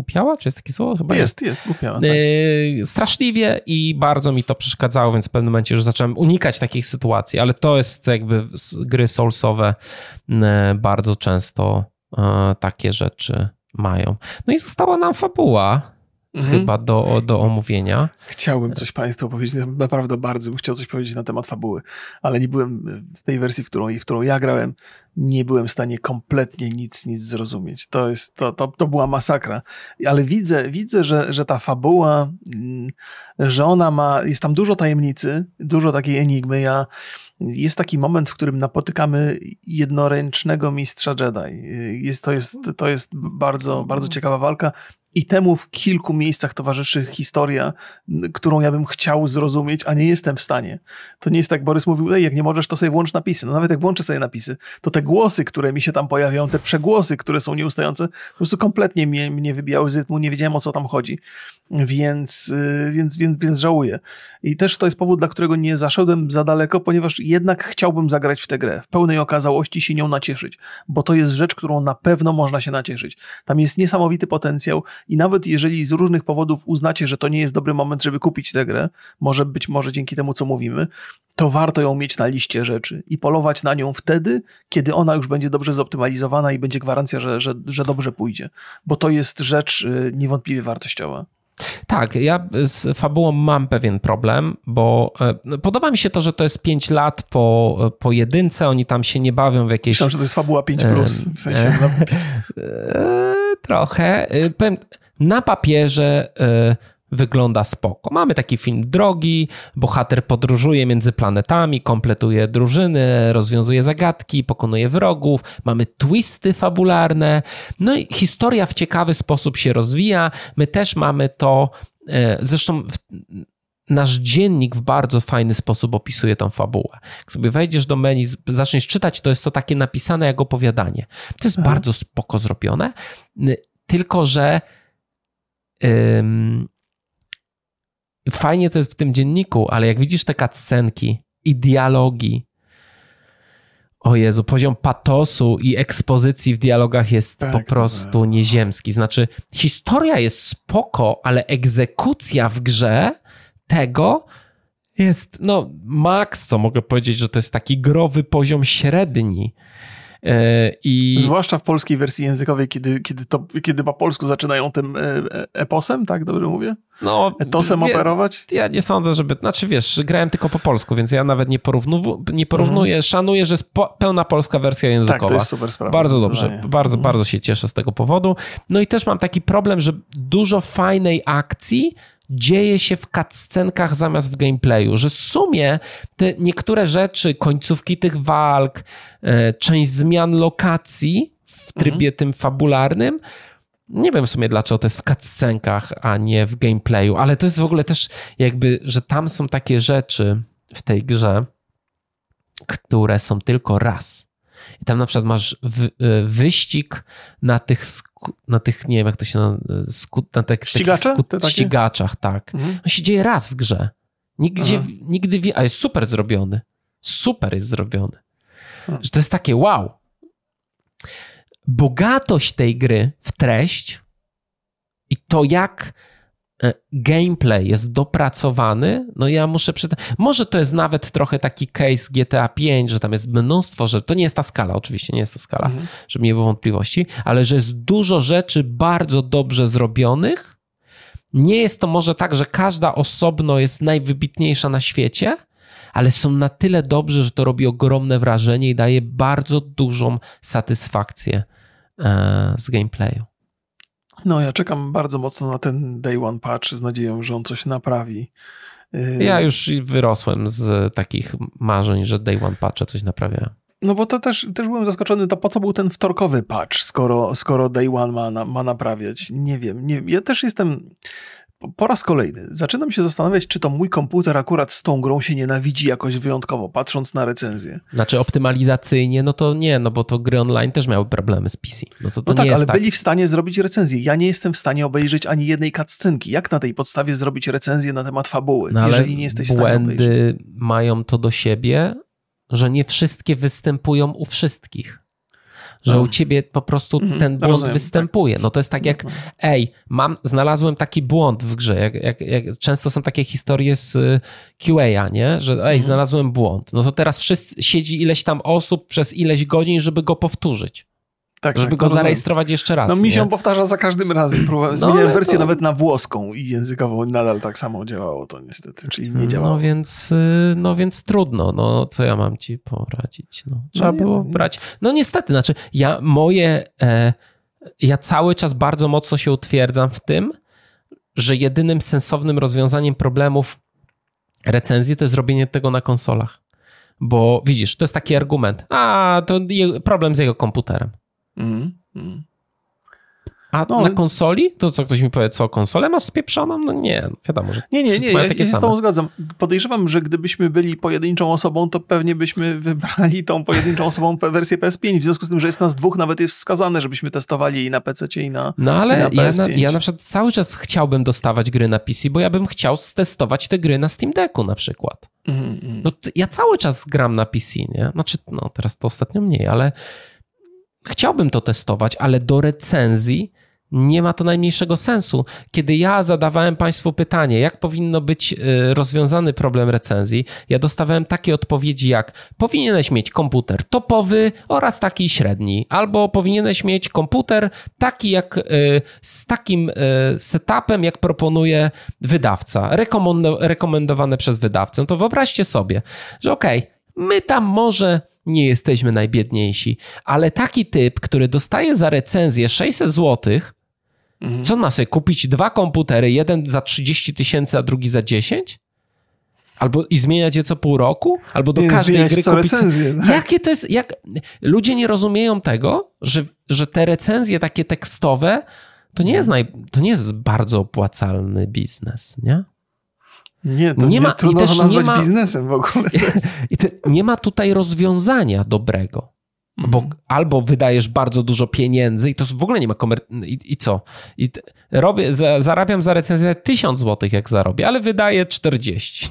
zgłupiała? Czy jest takie słowo? Chyba jest zgłupiała. Tak. Straszliwie i bardzo mi to przeszkadzało, więc w pewnym momencie już zacząłem unikać takich sytuacji, ale to jest jakby gry soulsowe bardzo często takie rzeczy mają. No i została nam fabuła chyba do omówienia. Chciałbym coś Państwu powiedzieć, naprawdę bardzo bym chciał coś powiedzieć na temat fabuły, ale nie byłem w tej wersji, w którą ja grałem, nie byłem w stanie kompletnie nic zrozumieć. To była masakra. Ale widzę, że ta fabuła, że ona jest tam dużo tajemnicy, dużo takiej enigmy. Jest taki moment, w którym napotykamy jednoręcznego mistrza Jedi. To jest bardzo, bardzo ciekawa walka. I temu w kilku miejscach towarzyszy historia, którą ja bym chciał zrozumieć, a nie jestem w stanie. To nie jest tak, Borys mówił, jak nie możesz, to sobie włącz napisy. No nawet jak włączę sobie napisy, to te głosy, które mi się tam pojawiają, te przegłosy, które są nieustające, po prostu kompletnie mnie wybijały z rytmu, nie wiedziałem, o co tam chodzi. Więc żałuję. I też to jest powód, dla którego nie zaszedłem za daleko, ponieważ jednak chciałbym zagrać w tę grę, w pełnej okazałości się nią nacieszyć, bo to jest rzecz, którą na pewno można się nacieszyć. Tam jest niesamowity potencjał i nawet jeżeli z różnych powodów uznacie, że to nie jest dobry moment, żeby kupić tę grę, być może dzięki temu, co mówimy, to warto ją mieć na liście rzeczy i polować na nią wtedy, kiedy ona już będzie dobrze zoptymalizowana i będzie gwarancja, że dobrze pójdzie, bo to jest rzecz niewątpliwie wartościowa. Tak, ja z fabułą mam pewien problem, bo podoba mi się to, że to jest 5 lat po jedynce, oni tam się nie bawią w jakieś... Myślałem, że to jest fabuła 5+, w sensie... Trochę. Na papierze wygląda spoko. Mamy taki film drogi, bohater podróżuje między planetami, kompletuje drużyny, rozwiązuje zagadki, pokonuje wrogów, mamy twisty fabularne, no i historia w ciekawy sposób się rozwija. My też mamy to, zresztą nasz dziennik w bardzo fajny sposób opisuje tą fabułę. Jak sobie wejdziesz do menu, zaczniesz czytać, to jest to takie napisane jak opowiadanie. To jest bardzo spoko zrobione, tylko że fajnie to jest w tym dzienniku, ale jak widzisz te cutscenki i dialogi, o Jezu, poziom patosu i ekspozycji w dialogach jest po prostu nieziemski. Znaczy, historia jest spoko, ale egzekucja w grze tego jest, maks, co mogę powiedzieć, że to jest taki growy poziom średni. Zwłaszcza w polskiej wersji językowej, kiedy po polsku zaczynają tym eposem, tak dobrze mówię? Etosem operować? Ja nie sądzę, grałem tylko po polsku, więc ja nawet nie porównuję, szanuję, że jest pełna polska wersja językowa. Tak, to jest super sprawa. Bardzo dobrze, bardzo się cieszę z tego powodu. No i też mam taki problem, że dużo fajnej akcji dzieje się w cutscenkach zamiast w gameplayu, że w sumie te niektóre rzeczy, końcówki tych walk, część zmian lokacji w trybie tym fabularnym, nie wiem w sumie dlaczego to jest w cutscenkach, a nie w gameplayu, ale to jest w ogóle też jakby, że tam są takie rzeczy w tej grze, które są tylko raz. I tam na przykład masz wyścig na tych, nie wiem jak to się na tych ścigaczach, tak. On się dzieje raz w grze. Nigdy, a jest super zrobiony. Super jest zrobiony. Że to jest takie wow. Bogatość tej gry w treść i to jak gameplay jest dopracowany, ja muszę przyznać, może to jest nawet trochę taki case GTA 5, że tam jest mnóstwo rzeczy, to nie jest ta skala, oczywiście nie jest ta skala, żeby nie było wątpliwości, ale że jest dużo rzeczy bardzo dobrze zrobionych. Nie jest to może tak, że każda osobno jest najwybitniejsza na świecie, ale są na tyle dobrze, że to robi ogromne wrażenie i daje bardzo dużą satysfakcję z gameplayu. Ja czekam bardzo mocno na ten Day One patch z nadzieją, że on coś naprawi. Ja już wyrosłem z takich marzeń, że Day One patche coś naprawiają. Bo to też byłem zaskoczony, to po co był ten wtorkowy patch, skoro Day One ma naprawiać? Nie wiem. Ja też jestem... Po raz kolejny zaczynam się zastanawiać, czy to mój komputer akurat z tą grą się nienawidzi jakoś wyjątkowo, patrząc na recenzję. Znaczy optymalizacyjnie, to nie, bo to gry online też miały problemy z PC. To tak, nie jest ale byli w stanie zrobić recenzję. Ja nie jestem w stanie obejrzeć ani jednej cutscenki. Jak na tej podstawie zrobić recenzję na temat fabuły, jeżeli nie jesteś w stanie obejrzeć? Mają to do siebie, że nie wszystkie występują u wszystkich. że u ciebie po prostu ten błąd występuje. Tak. No to jest tak jak, znalazłem taki błąd w grze, jak często są takie historie z QA, nie? Że znalazłem błąd. No to teraz siedzi ileś tam osób przez ileś godzin, żeby go powtórzyć. Tak, żeby go zarejestrować jeszcze raz. No mi się powtarza za każdym razem. Zmieniałem wersję nawet na włoską i językową. Nadal tak samo działało to niestety, czyli nie działało. No więc trudno. No co ja mam ci poradzić? No, trzeba było brać. No niestety, znaczy ja cały czas bardzo mocno się utwierdzam w tym, że jedynym sensownym rozwiązaniem problemów recenzji to jest robienie tego na konsolach. Bo widzisz, to jest taki argument. To problem z jego komputerem. A na konsoli? To co ktoś mi powie, co konsolę masz spieprzoną? No nie, wiadomo, że Nie, ja się z tobą zgadzam. Podejrzewam, że gdybyśmy byli pojedynczą osobą, to pewnie byśmy wybrali tą pojedynczą osobą wersję PS5. W związku z tym, że jest nas dwóch, nawet jest wskazane, żebyśmy testowali i na PC i na No ale na PS5. Ja na przykład cały czas chciałbym dostawać gry na PC, bo ja bym chciał stestować te gry na Steam Decku na przykład. No ja cały czas gram na PC, nie? Znaczy, teraz to ostatnio mniej, ale chciałbym to testować, ale do recenzji nie ma to najmniejszego sensu. Kiedy ja zadawałem Państwu pytanie, jak powinno być rozwiązany problem recenzji, ja dostawałem takie odpowiedzi jak powinieneś mieć komputer topowy oraz taki średni, albo powinieneś mieć komputer taki z takim setupem, jak proponuje wydawca, rekomendowane przez wydawcę. No to wyobraźcie sobie, że my tam może nie jesteśmy najbiedniejsi, ale taki typ, który dostaje za recenzję 600 zł, co on ma sobie kupić 2 komputery, jeden za 30 000, a drugi za 10? Albo i zmieniać je co pół roku? Albo do każdej gry kupić... recenzję. Tak. Jakie to jest... Ludzie nie rozumieją tego, że te recenzje takie tekstowe to nie jest bardzo opłacalny biznes, nie? Nie, to trudno to nazwać biznesem w ogóle. Nie ma tutaj rozwiązania dobrego. Bo albo wydajesz bardzo dużo pieniędzy i to w ogóle nie ma I co? Zarabiam za recenzję 1000 zł, jak zarobię, ale wydaję 40.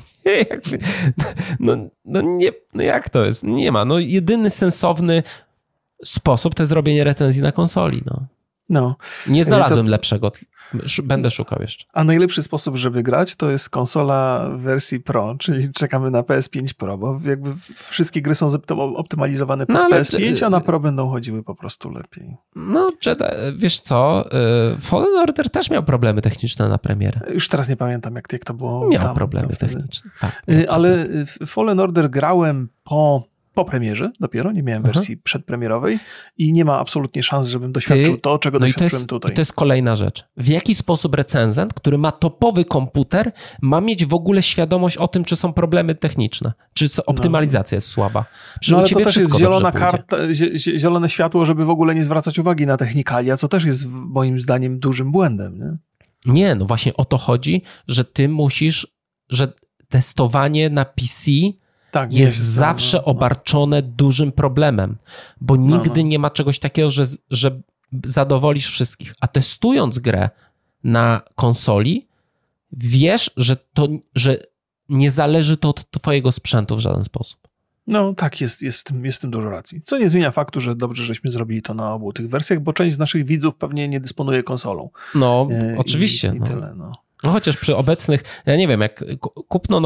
No jak to jest? Nie ma. No jedyny sensowny sposób to jest zrobienie recenzji na konsoli. No. Nie znalazłem lepszego. Będę szukał jeszcze. A najlepszy sposób, żeby grać, to jest konsola w wersji Pro, czyli czekamy na PS5 Pro, bo jakby wszystkie gry są optymalizowane pod PS5, a na Pro będą chodziły po prostu lepiej. No, wiesz co, Fallen Order też miał problemy techniczne na premierę. Już teraz nie pamiętam, jak to było. Miał problemy techniczne, tak. Ale Fallen Order grałem po premierze dopiero, nie miałem wersji przedpremierowej i nie ma absolutnie szans, żebym doświadczył to, czego doświadczyłem tutaj. I to jest kolejna rzecz. W jaki sposób recenzent, który ma topowy komputer, ma mieć w ogóle świadomość o tym, czy są problemy techniczne, czy optymalizacja jest słaba. Ale to też jest zielona karta, zielone światło, żeby w ogóle nie zwracać uwagi na technikalia, co też jest moim zdaniem dużym błędem. Nie, no właśnie o to chodzi, że ty musisz, że testowanie na PC jest zawsze obarczone dużym problemem, bo nigdy nie ma czegoś takiego, że zadowolisz wszystkich. A testując grę na konsoli, wiesz, że nie zależy to od twojego sprzętu w żaden sposób. No tak, jest w tym dużo racji. Co nie zmienia faktu, że dobrze, żeśmy zrobili to na obu tych wersjach, bo część z naszych widzów pewnie nie dysponuje konsolą. No, oczywiście. I tyle, no. No chociaż przy obecnych, ja nie wiem, jak kupno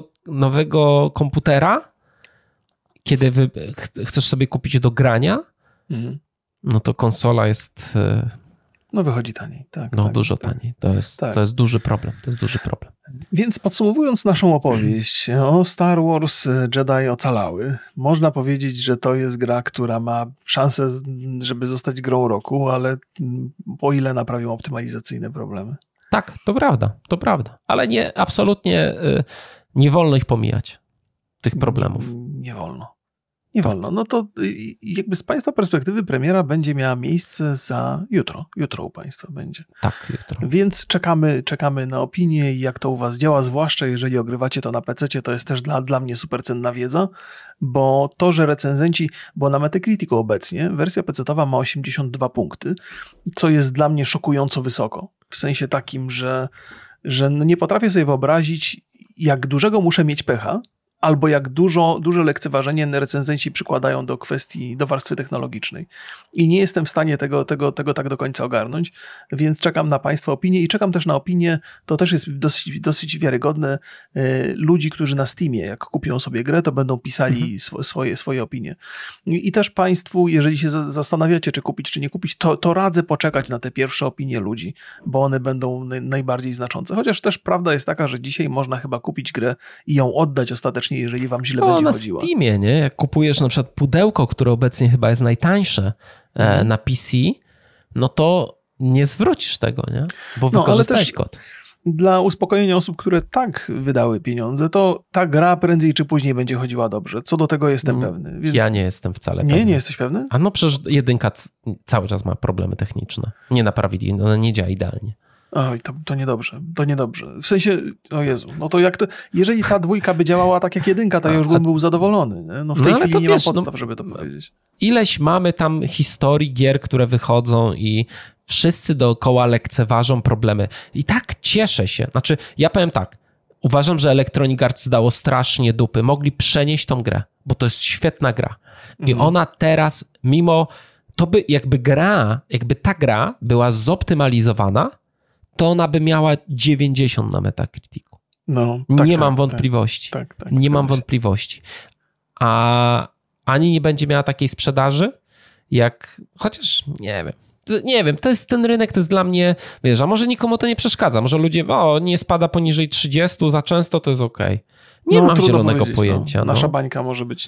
nowego komputera, kiedy chcesz sobie kupić do grania, no to konsola jest... No wychodzi taniej, tak. Dużo taniej. To jest duży problem. To jest duży problem. Więc podsumowując naszą opowieść o Star Wars Jedi Ocalały, można powiedzieć, że to jest gra, która ma szansę, żeby zostać grą roku, ale o ile naprawią optymalizacyjne problemy. Tak, to prawda. Ale absolutnie nie wolno ich pomijać, tych problemów. Nie wolno. No to jakby z Państwa perspektywy premiera będzie miała miejsce za jutro. Jutro u Państwa będzie. Tak, jutro. Więc czekamy na opinię i jak to u Was działa, zwłaszcza jeżeli ogrywacie to na PC-cie, to jest też dla mnie super cenna wiedza, bo to, że recenzenci, bo na Metacriticu obecnie wersja PC-towa ma 82 punkty, co jest dla mnie szokująco wysoko. W sensie takim, że nie potrafię sobie wyobrazić, jak dużego muszę mieć pecha, albo jak duże lekceważenie recenzenci przykładają do kwestii, do warstwy technologicznej. I nie jestem w stanie tego tak do końca ogarnąć, więc czekam na Państwa opinie i czekam też na opinię, to też jest dosyć wiarygodne, ludzi, którzy na Steamie, jak kupią sobie grę, to będą pisali swoje opinie. I też Państwu, jeżeli się zastanawiacie, czy kupić, czy nie kupić, to radzę poczekać na te pierwsze opinie ludzi, bo one będą najbardziej znaczące. Chociaż też prawda jest taka, że dzisiaj można chyba kupić grę i ją oddać ostatecznie, jeżeli wam źle będzie chodziło. Na Steamie, nie? Jak kupujesz na przykład pudełko, które obecnie chyba jest najtańsze na PC, no to nie zwrócisz tego, nie? Bo wykorzystałeś kod. Dla uspokojenia osób, które tak wydały pieniądze, to ta gra prędzej czy później będzie chodziła dobrze. Co do tego jestem pewny. Więc... Ja nie jestem wcale pewny. Nie jesteś pewny? A no przecież 1 cały czas ma problemy techniczne. Nie naprawili, ona nie działa idealnie. Oj, to niedobrze, to niedobrze. W sensie, o Jezu, no to jak to, jeżeli ta 2 by działała tak jak 1, to ja już bym był zadowolony. Nie? No w tej chwili nie mam podstaw, żeby to powiedzieć. Ileś mamy tam historii gier, które wychodzą i wszyscy dookoła lekceważą problemy. I tak cieszę się. Znaczy, ja powiem tak, uważam, że Electronic Arts zdało strasznie dupy. Mogli przenieść tą grę, bo to jest świetna gra. I ona teraz, mimo, to by jakby ta gra była zoptymalizowana, to ona by miała 90 na Metacriticu. No, nie mam wątpliwości. Nie mam wątpliwości. A ani nie będzie miała takiej sprzedaży, jak... Chociaż nie wiem, ten rynek to jest dla mnie... Wiesz, a może nikomu to nie przeszkadza. Może ludzie, nie spada poniżej 30 za często, to jest okej. Nie mam zielonego pojęcia. Nasza bańka może być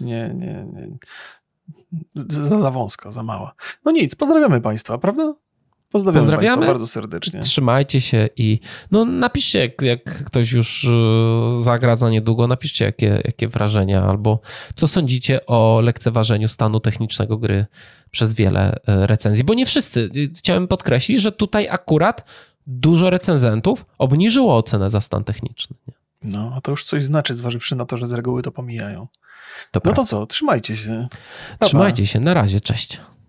za wąska, za mała. No nic, pozdrawiamy Państwa, prawda? Pozdrawiamy Państwa bardzo serdecznie. Trzymajcie się i napiszcie, jak ktoś już zagra za niedługo, napiszcie jakie wrażenia albo co sądzicie o lekceważeniu stanu technicznego gry przez wiele recenzji, bo nie wszyscy. Chciałem podkreślić, że tutaj akurat dużo recenzentów obniżyło ocenę za stan techniczny. No, a to już coś znaczy, zważywszy na to, że z reguły to pomijają. To co, trzymajcie się. Trzymajcie się, na razie, cześć.